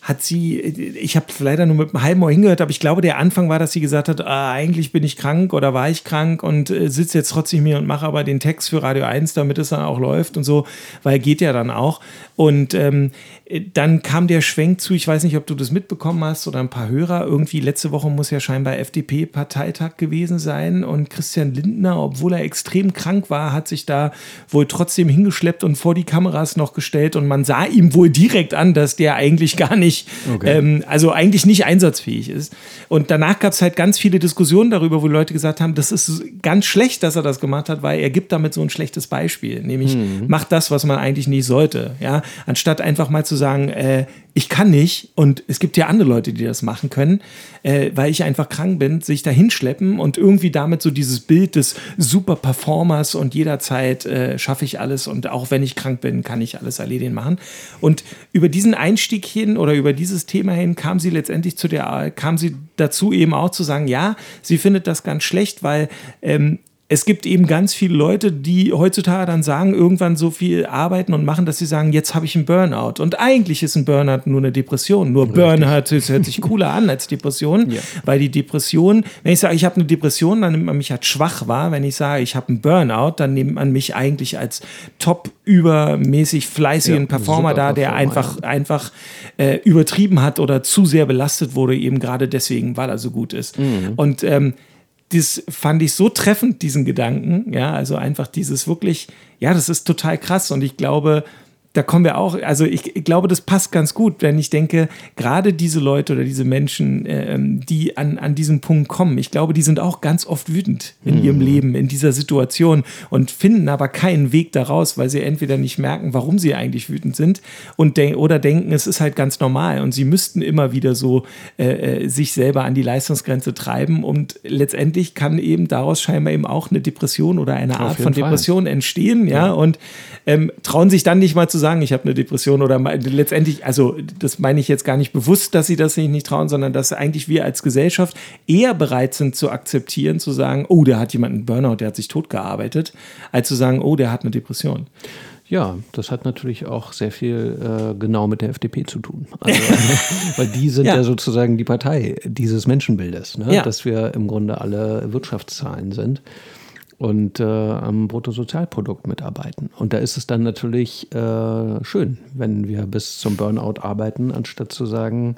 hat sie, ich habe leider nur mit einem halben Ohr hingehört, aber ich glaube, der Anfang war, dass sie gesagt hat, ah, eigentlich bin ich krank oder war ich krank und äh, sitze jetzt trotzdem hier und mache aber den Text für Radio eins, damit es dann auch läuft und so, weil geht ja dann auch. Und ähm, dann kam der Schwenk zu, ich weiß nicht, ob du das mitbekommen hast oder ein paar Hörer, irgendwie letzte Woche muss ja scheinbar F D P-Parteitag gewesen sein und Christian Lindner, obwohl er extrem krank war, hat sich da wohl trotzdem hingeschleppt und vor die Kameras noch gestellt und man sah ihm wohl direkt an, dass der eigentlich gar nicht, okay. ähm, also eigentlich nicht einsatzfähig ist. Und danach gab es halt ganz viele Diskussionen darüber, wo Leute gesagt haben, das ist ganz schlecht, dass er das gemacht hat, weil er gibt damit so ein schlechtes Beispiel, nämlich mhm. macht das, was man eigentlich nicht sollte, ja, anstatt einfach mal zu sagen, äh, ich kann nicht und es gibt ja andere Leute, die das machen können, äh, weil ich einfach krank bin, sich da hinschleppen und irgendwie damit so dieses Bild des Super-Performers und jederzeit äh, schaffe ich alles und auch wenn ich krank bin, kann ich alles erledigen machen. Und über diesen Einstieg hin oder über dieses Thema hin kam sie letztendlich zu der, kam sie dazu eben auch zu sagen, ja, sie findet das ganz schlecht, weil ähm, es gibt eben ganz viele Leute, die heutzutage dann sagen, irgendwann so viel arbeiten und machen, dass sie sagen, jetzt habe ich einen Burnout. Und eigentlich ist ein Burnout nur eine Depression. Nur Burnout hört sich cooler an als Depression, ja. Weil die Depression, wenn ich sage, ich habe eine Depression, dann nimmt man mich als schwach wahr. Wenn ich sage, ich habe einen Burnout, dann nimmt man mich eigentlich als top übermäßig fleißigen ja, Performer da, der Performer, einfach, ja. einfach äh, übertrieben hat oder zu sehr belastet wurde, eben gerade deswegen, weil er so gut ist. Mhm. Und ähm, das fand ich so treffend, diesen Gedanken, ja, also einfach dieses wirklich, ja, das ist total krass und ich glaube, da kommen wir auch, also ich, ich glaube, das passt ganz gut, wenn ich denke, gerade diese Leute oder diese Menschen, ähm, die an, an diesen Punkt kommen, ich glaube, die sind auch ganz oft wütend in mhm. ihrem Leben, in dieser Situation und finden aber keinen Weg daraus, weil sie entweder nicht merken, warum sie eigentlich wütend sind und de- oder denken, es ist halt ganz normal und sie müssten immer wieder so äh, sich selber an die Leistungsgrenze treiben und letztendlich kann eben daraus scheinbar eben auch eine Depression oder eine Art von Depression Fall. entstehen, ja, ja. und ähm, trauen sich dann nicht mal zu sagen, ich habe eine Depression oder letztendlich, also das meine ich jetzt gar nicht bewusst, dass sie das sich nicht trauen, sondern dass eigentlich wir als Gesellschaft eher bereit sind zu akzeptieren, zu sagen, oh, der hat jemanden einen Burnout, der hat sich totgearbeitet, als zu sagen, oh, der hat eine Depression. Ja, das hat natürlich auch sehr viel äh, genau mit der F D P zu tun. Also, weil die sind ja. ja sozusagen die Partei dieses Menschenbildes, ne? Ja. Dass wir im Grunde alle Wirtschaftszahlen sind und äh, am Bruttosozialprodukt mitarbeiten. Und da ist es dann natürlich äh, schön, wenn wir bis zum Burnout arbeiten, anstatt zu sagen,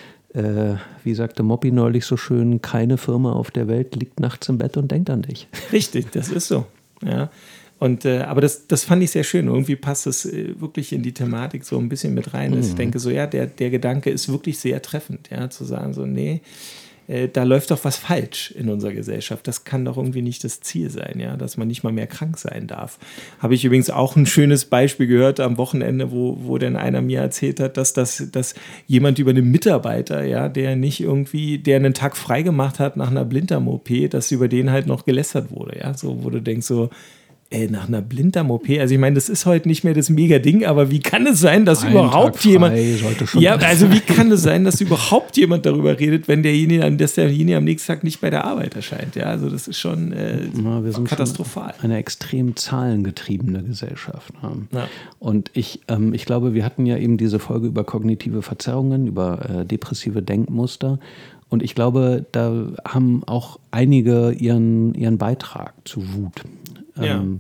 äh, wie sagte Moppi neulich so schön, keine Firma auf der Welt liegt nachts im Bett und denkt an dich. Richtig, das ist so. Ja. Und, äh, aber das, das fand ich sehr schön. Irgendwie passt es äh, wirklich in die Thematik so ein bisschen mit rein. Dass mhm. ich denke so, ja, der, der Gedanke ist wirklich sehr treffend, ja, zu sagen so, nee, äh, da läuft doch was falsch in unserer Gesellschaft. Das kann doch irgendwie nicht das Ziel sein, ja, dass man nicht mal mehr krank sein darf. Habe ich übrigens auch ein schönes Beispiel gehört am Wochenende, wo, wo dann einer mir erzählt hat, dass, das, dass jemand über einen Mitarbeiter, ja, der nicht irgendwie, der einen Tag frei gemacht hat nach einer Blinddarm-O P, dass über den halt noch gelästert wurde, ja, so, wo du denkst so, Ey, nach einer Blinddarm-O P, also ich meine, das ist heute nicht mehr das Mega-Ding, aber wie kann es sein, dass Ein überhaupt Tag jemand, ja, also wie kann es sein, dass überhaupt jemand darüber redet, wenn derjenige, dass derjenige am nächsten Tag nicht bei der Arbeit erscheint, ja, also das ist schon äh, Na, wir sind katastrophal. Schon eine extrem zahlengetriebene Gesellschaft. Ne? Ja. Und ich, ähm, ich glaube, wir hatten ja eben diese Folge über kognitive Verzerrungen, über äh, depressive Denkmuster. Und ich glaube, da haben auch einige ihren, ihren Beitrag zu Wut. Ja. Ähm,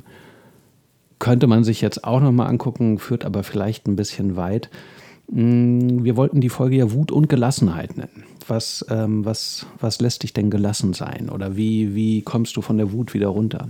könnte man sich jetzt auch nochmal angucken, führt aber vielleicht ein bisschen weit. Wir wollten die Folge ja Wut und Gelassenheit nennen. Was, ähm, was, was lässt dich denn gelassen sein? Oder wie, wie kommst du von der Wut wieder runter?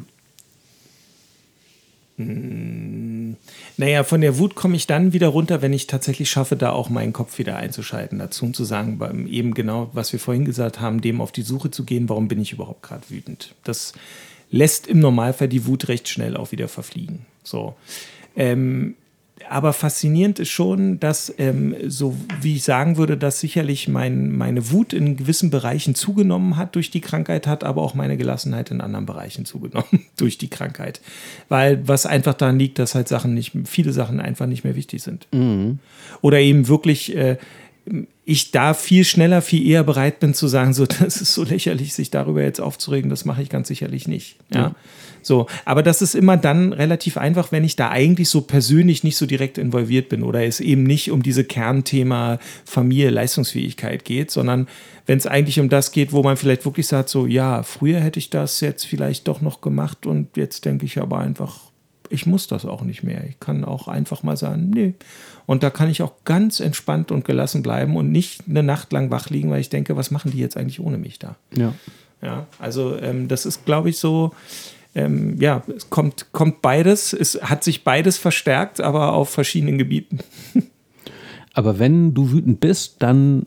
Hm, naja, von der Wut komme ich dann wieder runter, wenn ich tatsächlich schaffe, da auch meinen Kopf wieder einzuschalten. Dazu um zu sagen, beim, eben genau, was wir vorhin gesagt haben, dem auf die Suche zu gehen, warum bin ich überhaupt gerade wütend? Das lässt im Normalfall die Wut recht schnell auch wieder verfliegen. So. Ähm, aber faszinierend ist schon, dass, ähm, so wie ich sagen würde, dass sicherlich mein, meine Wut in gewissen Bereichen zugenommen hat durch die Krankheit, hat aber auch meine Gelassenheit in anderen Bereichen zugenommen durch die Krankheit. Weil was einfach daran liegt, dass halt Sachen nicht, viele Sachen einfach nicht mehr wichtig sind. Mhm. Oder eben wirklich, äh, ich da viel schneller, viel eher bereit bin zu sagen, so, das ist so lächerlich, sich darüber jetzt aufzuregen, das mache ich ganz sicherlich nicht. Ja. ja. So, aber das ist immer dann relativ einfach, wenn ich da eigentlich so persönlich nicht so direkt involviert bin oder es eben nicht um diese Kernthema Familie, Leistungsfähigkeit geht, sondern wenn es eigentlich um das geht, wo man vielleicht wirklich sagt, so, ja, früher hätte ich das jetzt vielleicht doch noch gemacht und jetzt denke ich aber einfach, ich muss das auch nicht mehr. Ich kann auch einfach mal sagen, nee. Und da kann ich auch ganz entspannt und gelassen bleiben und nicht eine Nacht lang wach liegen, weil ich denke, was machen die jetzt eigentlich ohne mich da? Ja. Ja, also ähm, das ist, glaube ich, so, ähm, ja, es kommt, kommt beides, es hat sich beides verstärkt, aber auf verschiedenen Gebieten. Aber wenn du wütend bist, dann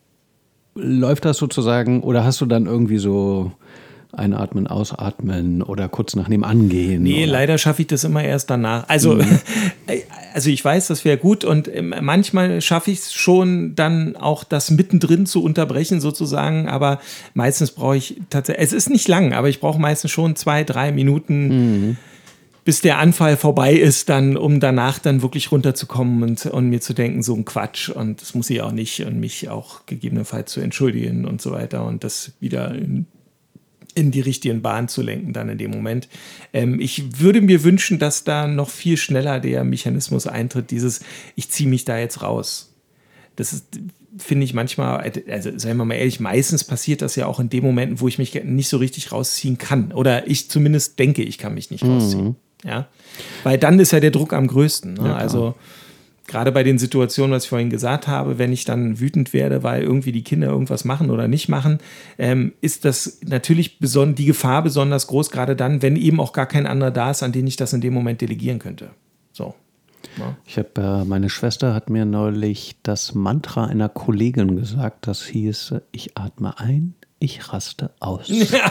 läuft das sozusagen, oder hast du dann irgendwie so einatmen, ausatmen oder kurz nach nebenan gehen? Nee, oder? Leider schaffe ich das immer erst danach. Also, mhm. also ich weiß, das wäre gut und manchmal schaffe ich es schon dann auch, das mittendrin zu unterbrechen sozusagen, aber meistens brauche ich tatsächlich, es ist nicht lang, aber ich brauche meistens schon zwei, drei Minuten, mhm. bis der Anfall vorbei ist, dann, um danach dann wirklich runterzukommen und, und mir zu denken, so ein Quatsch und das muss ich auch nicht und mich auch gegebenenfalls zu entschuldigen und so weiter und das wieder in in die richtigen Bahn zu lenken dann in dem Moment. Ähm, ich würde mir wünschen, dass da noch viel schneller der Mechanismus eintritt, dieses, ich ziehe mich da jetzt raus. Das ist, finde ich manchmal, also seien wir mal ehrlich, meistens passiert das ja auch in den Momenten, wo ich mich nicht so richtig rausziehen kann. Oder ich zumindest denke, ich kann mich nicht rausziehen. Mhm. Ja? Weil dann ist ja der Druck am größten. Ne? Ja, also gerade bei den Situationen, was ich vorhin gesagt habe, wenn ich dann wütend werde, weil irgendwie die Kinder irgendwas machen oder nicht machen, ähm, ist das natürlich beson- die Gefahr besonders groß, gerade dann, wenn eben auch gar kein anderer da ist, an den ich das in dem Moment delegieren könnte. So. Ja. Ich habe, äh, meine Schwester hat mir neulich das Mantra einer Kollegin gesagt, das hieß, ich atme ein, ich raste aus. Ja,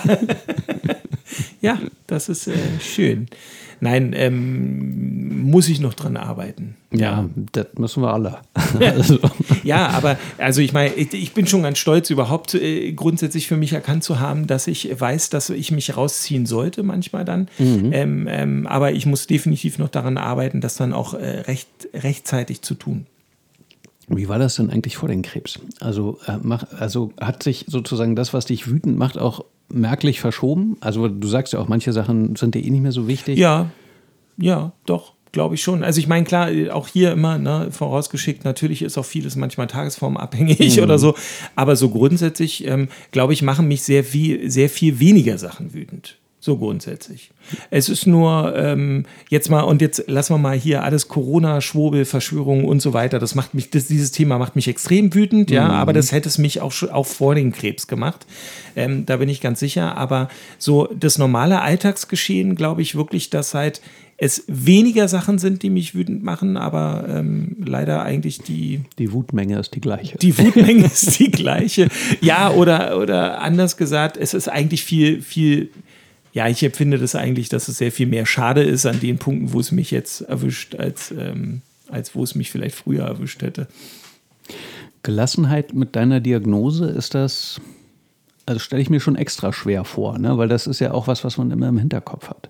ja, das ist äh, schön. Nein, ähm, muss ich noch dran arbeiten. Ja, ja, das müssen wir alle. also. Ja, aber also ich meine, ich, ich bin schon ganz stolz, überhaupt äh, grundsätzlich für mich erkannt zu haben, dass ich weiß, dass ich mich rausziehen sollte manchmal dann. Mhm. Ähm, ähm, aber ich muss definitiv noch daran arbeiten, das dann auch äh, recht, rechtzeitig zu tun. Wie war das denn eigentlich vor dem Krebs? Also, äh, mach, also hat sich sozusagen das, was dich wütend macht, auch merklich verschoben? Also du sagst ja auch, manche Sachen sind dir eh nicht mehr so wichtig. Ja, ja, doch, glaube ich schon. Also ich meine, klar, auch hier immer ne, vorausgeschickt, natürlich ist auch vieles manchmal tagesformabhängig mhm. oder so, aber so grundsätzlich, ähm, glaube ich, machen mich sehr viel, sehr viel weniger Sachen wütend. So grundsätzlich. Es ist nur ähm, jetzt mal, und jetzt lassen wir mal hier alles Corona, Schwurbel, Verschwörungen und so weiter. Das macht mich, das, dieses Thema macht mich extrem wütend, ja, mhm. aber das hätte es mich auch, auch vor dem Krebs gemacht. Ähm, da bin ich ganz sicher. Aber so das normale Alltagsgeschehen, glaube ich wirklich, dass halt es weniger Sachen sind, die mich wütend machen, aber ähm, leider eigentlich die... Die Wutmenge ist die gleiche. Die Wutmenge ist die gleiche. Ja, oder, oder anders gesagt, es ist eigentlich viel, viel... Ja, ich empfinde das eigentlich, dass es sehr viel mehr schade ist an den Punkten, wo es mich jetzt erwischt, als, ähm, als wo es mich vielleicht früher erwischt hätte. Gelassenheit mit deiner Diagnose, ist das, also stelle ich mir schon extra schwer vor, ne? Weil das ist ja auch was, was man immer im Hinterkopf hat.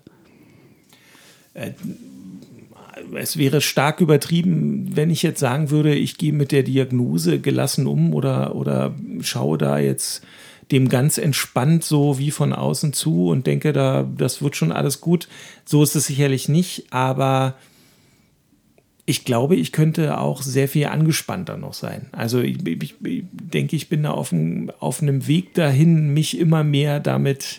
Äh, es wäre stark übertrieben, wenn ich jetzt sagen würde, ich gehe mit der Diagnose gelassen um oder, oder schaue da jetzt dem ganz entspannt so wie von außen zu und denke, da, das wird schon alles gut. So ist es sicherlich nicht, aber ich glaube, ich könnte auch sehr viel angespannter noch sein. Also ich, ich, ich denke, ich bin da auf, ein, auf einem Weg dahin, mich immer mehr damit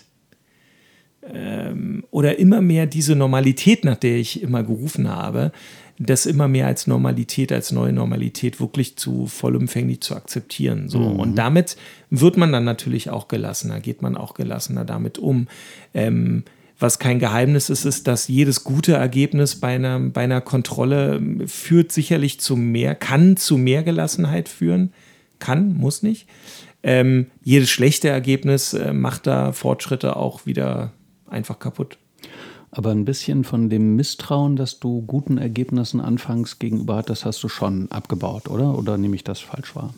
ähm, oder immer mehr diese Normalität, nach der ich immer gerufen habe, das immer mehr als Normalität, als neue Normalität wirklich zu vollumfänglich zu akzeptieren. So. Mhm. Und damit wird man dann natürlich auch gelassener, geht man auch gelassener damit um. Ähm, was kein Geheimnis ist, ist, dass jedes gute Ergebnis bei einer, bei einer Kontrolle führt sicherlich zu mehr, kann zu mehr Gelassenheit führen. Kann, muss nicht. Ähm, jedes schlechte Ergebnis äh, macht da Fortschritte auch wieder einfach kaputt. Aber ein bisschen von dem Misstrauen, das du guten Ergebnissen anfangs gegenüber hattest, hast du schon abgebaut, oder? Oder nehme ich das falsch wahr?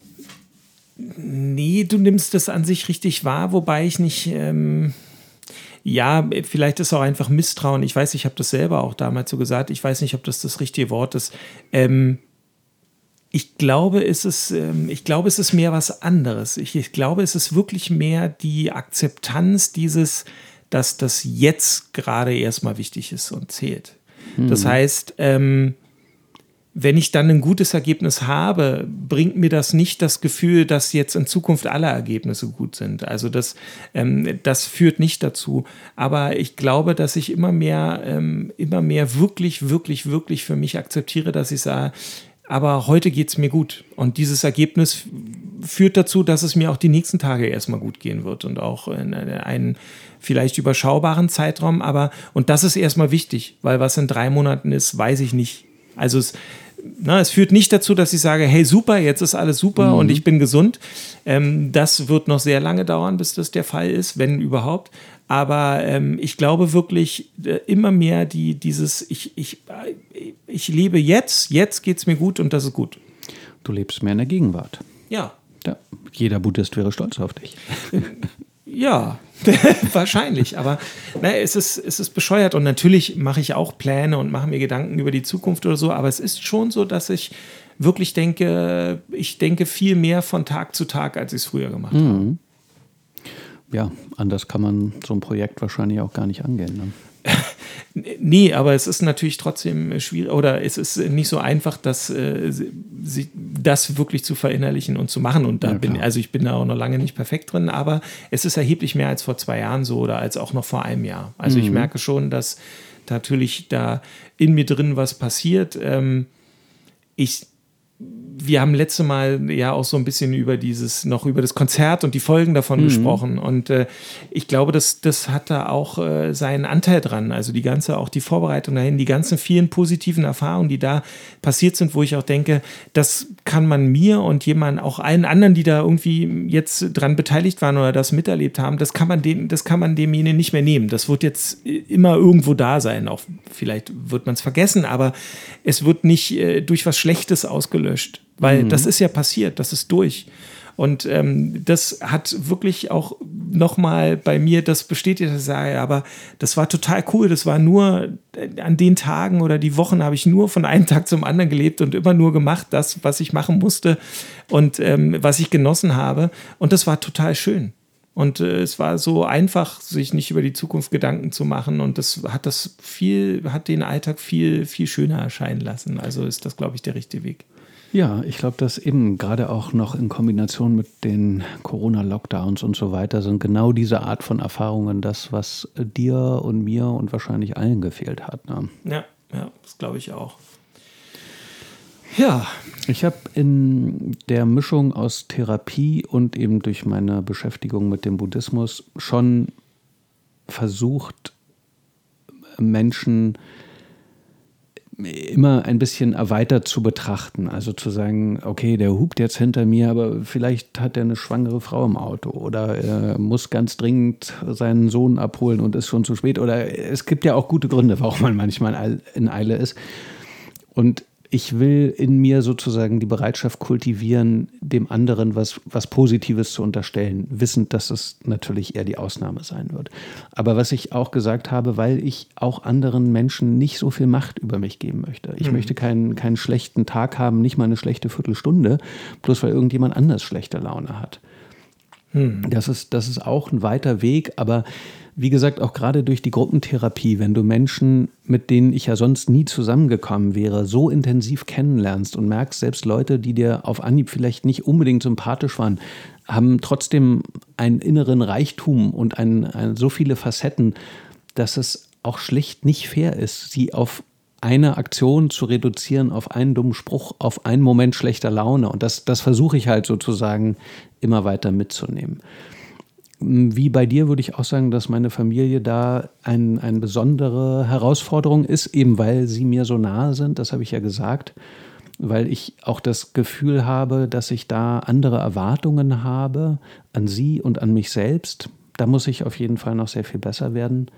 Nee, du nimmst das an sich richtig wahr, wobei ich nicht... Ähm ja, vielleicht ist auch einfach Misstrauen. Ich weiß, ich habe das selber auch damals so gesagt. Ich weiß nicht, ob das das richtige Wort ist. Ähm, ich glaube, es ist, ähm, ich glaube, es ist mehr was anderes. Ich, ich glaube, es ist wirklich mehr die Akzeptanz dieses, dass das jetzt gerade erstmal wichtig ist und zählt. Mhm. Das heißt, ähm, wenn ich dann ein gutes Ergebnis habe, bringt mir das nicht das Gefühl, dass jetzt in Zukunft alle Ergebnisse gut sind. Also das, ähm, das führt nicht dazu. Aber ich glaube, dass ich immer mehr, ähm, immer mehr wirklich, wirklich, wirklich für mich akzeptiere, dass ich sage, aber heute geht es mir gut. Und dieses Ergebnis führt dazu, dass es mir auch die nächsten Tage erstmal gut gehen wird und auch in einen vielleicht überschaubaren Zeitraum. Aber, und das ist erstmal wichtig, weil was in drei Monaten ist, weiß ich nicht. Also es Na, es führt nicht dazu, dass ich sage, hey, super, jetzt ist alles super mhm. und ich bin gesund. Ähm, das wird noch sehr lange dauern, bis das der Fall ist, wenn überhaupt. Aber ähm, ich glaube wirklich äh, immer mehr die, dieses, ich, ich, äh, ich lebe jetzt, jetzt geht es mir gut und das ist gut. Du lebst mehr in der Gegenwart. Ja. ja. Jeder Buddhist wäre stolz auf dich. Ja, wahrscheinlich, aber na, es, ist, es ist bescheuert und natürlich mache ich auch Pläne und mache mir Gedanken über die Zukunft oder so, aber es ist schon so, dass ich wirklich denke, ich denke viel mehr von Tag zu Tag, als ich es früher gemacht mhm. habe. Ja, anders kann man so ein Projekt wahrscheinlich auch gar nicht angehen. Ne? Nee, aber es ist natürlich trotzdem schwierig oder es ist nicht so einfach, das, äh, sie, das wirklich zu verinnerlichen und zu machen. Und da ja, bin, also ich bin da auch noch lange nicht perfekt drin, aber es ist erheblich mehr als vor zwei Jahren so oder als auch noch vor einem Jahr. Also mhm. ich merke schon, dass natürlich da in mir drin was passiert. Ähm, ich Wir haben letzte Mal ja auch so ein bisschen über dieses, noch über das Konzert und die Folgen davon mhm. gesprochen. Und äh, ich glaube, das, das hat da auch äh, seinen Anteil dran. Also die ganze, auch die Vorbereitung dahin, die ganzen vielen positiven Erfahrungen, die da passiert sind, wo ich auch denke, das kann man mir und jemand, auch allen anderen, die da irgendwie jetzt dran beteiligt waren oder das miterlebt haben, das kann man dem, das kann man demjenigen nicht mehr nehmen. Das wird jetzt immer irgendwo da sein. Auch vielleicht wird man es vergessen, aber es wird nicht äh, durch was Schlechtes ausgelöscht. Weil mhm. das ist ja passiert, das ist durch. Und ähm, das hat wirklich auch nochmal bei mir das bestätigt, dass ich sage, aber das war total cool. Das war nur an den Tagen oder die Wochen habe ich nur von einem Tag zum anderen gelebt und immer nur gemacht, das, was ich machen musste und ähm, was ich genossen habe. Und das war total schön. Und äh, es war so einfach, sich nicht über die Zukunft Gedanken zu machen. Und das hat das viel, hat den Alltag viel, viel schöner erscheinen lassen. Also ist das, glaube ich, der richtige Weg. Ja, ich glaube, dass eben gerade auch noch in Kombination mit den Corona-Lockdowns und so weiter sind genau diese Art von Erfahrungen das, was dir und mir und wahrscheinlich allen gefehlt hat. Ne? Ja, ja, das glaube ich auch. Ja. Ich habe in der Mischung aus Therapie und eben durch meine Beschäftigung mit dem Buddhismus schon versucht, Menschen immer ein bisschen erweitert zu betrachten. Also zu sagen, okay, der hupt jetzt hinter mir, aber vielleicht hat er eine schwangere Frau im Auto oder er muss ganz dringend seinen Sohn abholen und ist schon zu spät. Oder es gibt ja auch gute Gründe, warum man manchmal in Eile ist. Und ich will in mir sozusagen die Bereitschaft kultivieren, dem anderen was, was Positives zu unterstellen, wissend, dass es natürlich eher die Ausnahme sein wird. Aber was ich auch gesagt habe, weil ich auch anderen Menschen nicht so viel Macht über mich geben möchte. Ich mhm. möchte keinen, keinen schlechten Tag haben, nicht mal eine schlechte Viertelstunde, bloß weil irgendjemand anders schlechte Laune hat. Mhm. Das ist, das ist auch ein weiter Weg, aber wie gesagt, auch gerade durch die Gruppentherapie, wenn du Menschen, mit denen ich ja sonst nie zusammengekommen wäre, so intensiv kennenlernst und merkst, selbst Leute, die dir auf Anhieb vielleicht nicht unbedingt sympathisch waren, haben trotzdem einen inneren Reichtum und ein, ein, so viele Facetten, dass es auch schlicht nicht fair ist, sie auf eine Aktion zu reduzieren, auf einen dummen Spruch, auf einen Moment schlechter Laune. Und das, das versuche ich halt sozusagen immer weiter mitzunehmen. Wie bei dir würde ich auch sagen, dass meine Familie da ein, eine besondere Herausforderung ist, eben weil sie mir so nahe sind, das habe ich ja gesagt, weil ich auch das Gefühl habe, dass ich da andere Erwartungen habe an sie und an mich selbst. Da muss ich auf jeden Fall noch sehr viel besser werden.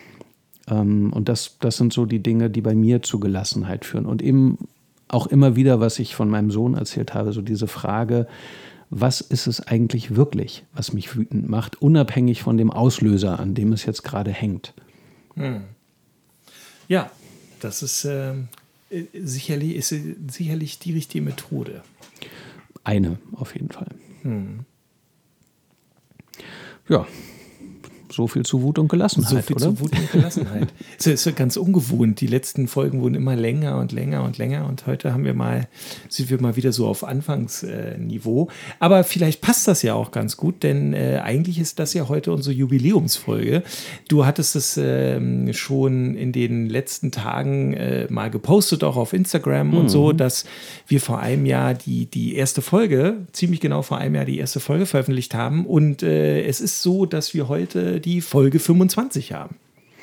Und das, das sind so die Dinge, die bei mir zu Gelassenheit führen. Und eben auch immer wieder, was ich von meinem Sohn erzählt habe, so diese Frage, was ist es eigentlich wirklich, was mich wütend macht, unabhängig von dem Auslöser, an dem es jetzt gerade hängt. Hm. Ja, das ist, äh, sicherlich, ist sicherlich die richtige Methode. Eine, auf jeden Fall. Hm. Ja, so viel zu Wut und Gelassenheit, So viel oder? zu Wut und Gelassenheit. Es ist ja ganz ungewohnt. Die letzten Folgen wurden immer länger und länger und länger. Und heute haben wir mal, sind wir mal wieder so auf Anfangsniveau. Aber vielleicht passt das ja auch ganz gut, denn äh, eigentlich ist das ja heute unsere Jubiläumsfolge. Du hattest es äh, schon in den letzten Tagen äh, mal gepostet, auch auf Instagram mhm. und so, dass wir vor einem Jahr die, die erste Folge, ziemlich genau vor einem Jahr die erste Folge veröffentlicht haben. Und äh, es ist so, dass wir heute die Folge fünfundzwanzig haben.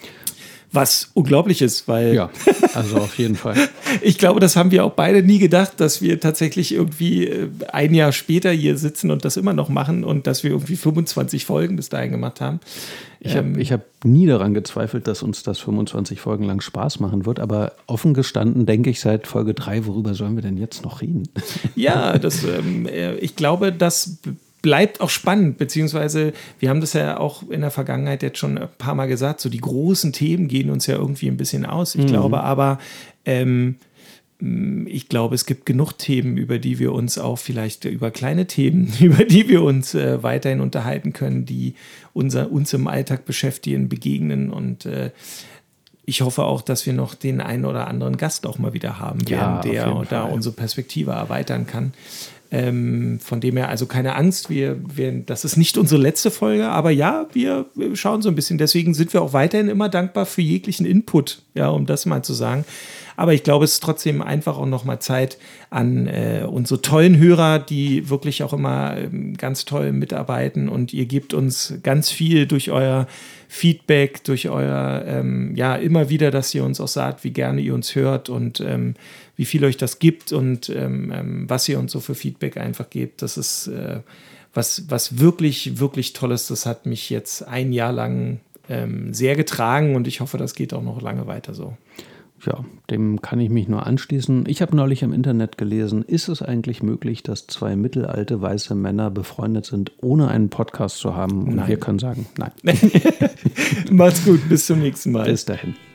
Was unglaublich ist, weil... Ja, also auf jeden Fall. Ich glaube, das haben wir auch beide nie gedacht, dass wir tatsächlich irgendwie ein Jahr später hier sitzen und das immer noch machen und dass wir irgendwie fünfundzwanzig Folgen bis dahin gemacht haben. Ich habe ähm, hab nie daran gezweifelt, dass uns das fünfundzwanzig Folgen lang Spaß machen wird, aber offen gestanden denke ich seit Folge drei, worüber sollen wir denn jetzt noch reden? Ja, das, ähm, ich glaube, das... bleibt auch spannend, beziehungsweise wir haben das ja auch in der Vergangenheit jetzt schon ein paar Mal gesagt, so die großen Themen gehen uns ja irgendwie ein bisschen aus. Ich mhm. glaube aber, ähm, ich glaube, es gibt genug Themen, über die wir uns auch vielleicht über kleine Themen, über die wir uns äh, weiterhin unterhalten können, die unser, uns im Alltag beschäftigen, begegnen und äh, ich hoffe auch, dass wir noch den einen oder anderen Gast auch mal wieder haben werden, ja, der da unsere Perspektive erweitern kann. Ähm, von dem her, also keine Angst, wir, wir, das ist nicht unsere letzte Folge, aber ja, wir, wir schauen so ein bisschen. Deswegen sind wir auch weiterhin immer dankbar für jeglichen Input, ja, um das mal zu sagen. Aber ich glaube, es ist trotzdem einfach auch noch mal Zeit an äh, unsere tollen Hörer, die wirklich auch immer ähm, ganz toll mitarbeiten und ihr gebt uns ganz viel durch euer Feedback, durch euer, ähm, ja, immer wieder, dass ihr uns auch sagt, wie gerne ihr uns hört und ähm, wie viel euch das gibt und ähm, was ihr uns so für Feedback einfach gebt. Das ist äh, was, was wirklich, wirklich Tolles. Das hat mich jetzt ein Jahr lang ähm, sehr getragen und ich hoffe, das geht auch noch lange weiter so. Ja, dem kann ich mich nur anschließen. Ich habe neulich im Internet gelesen, ist es eigentlich möglich, dass zwei mittelalte weiße Männer befreundet sind, ohne einen Podcast zu haben? Und nein. Wir können sagen, nein. Macht's gut, bis zum nächsten Mal. Bis dahin.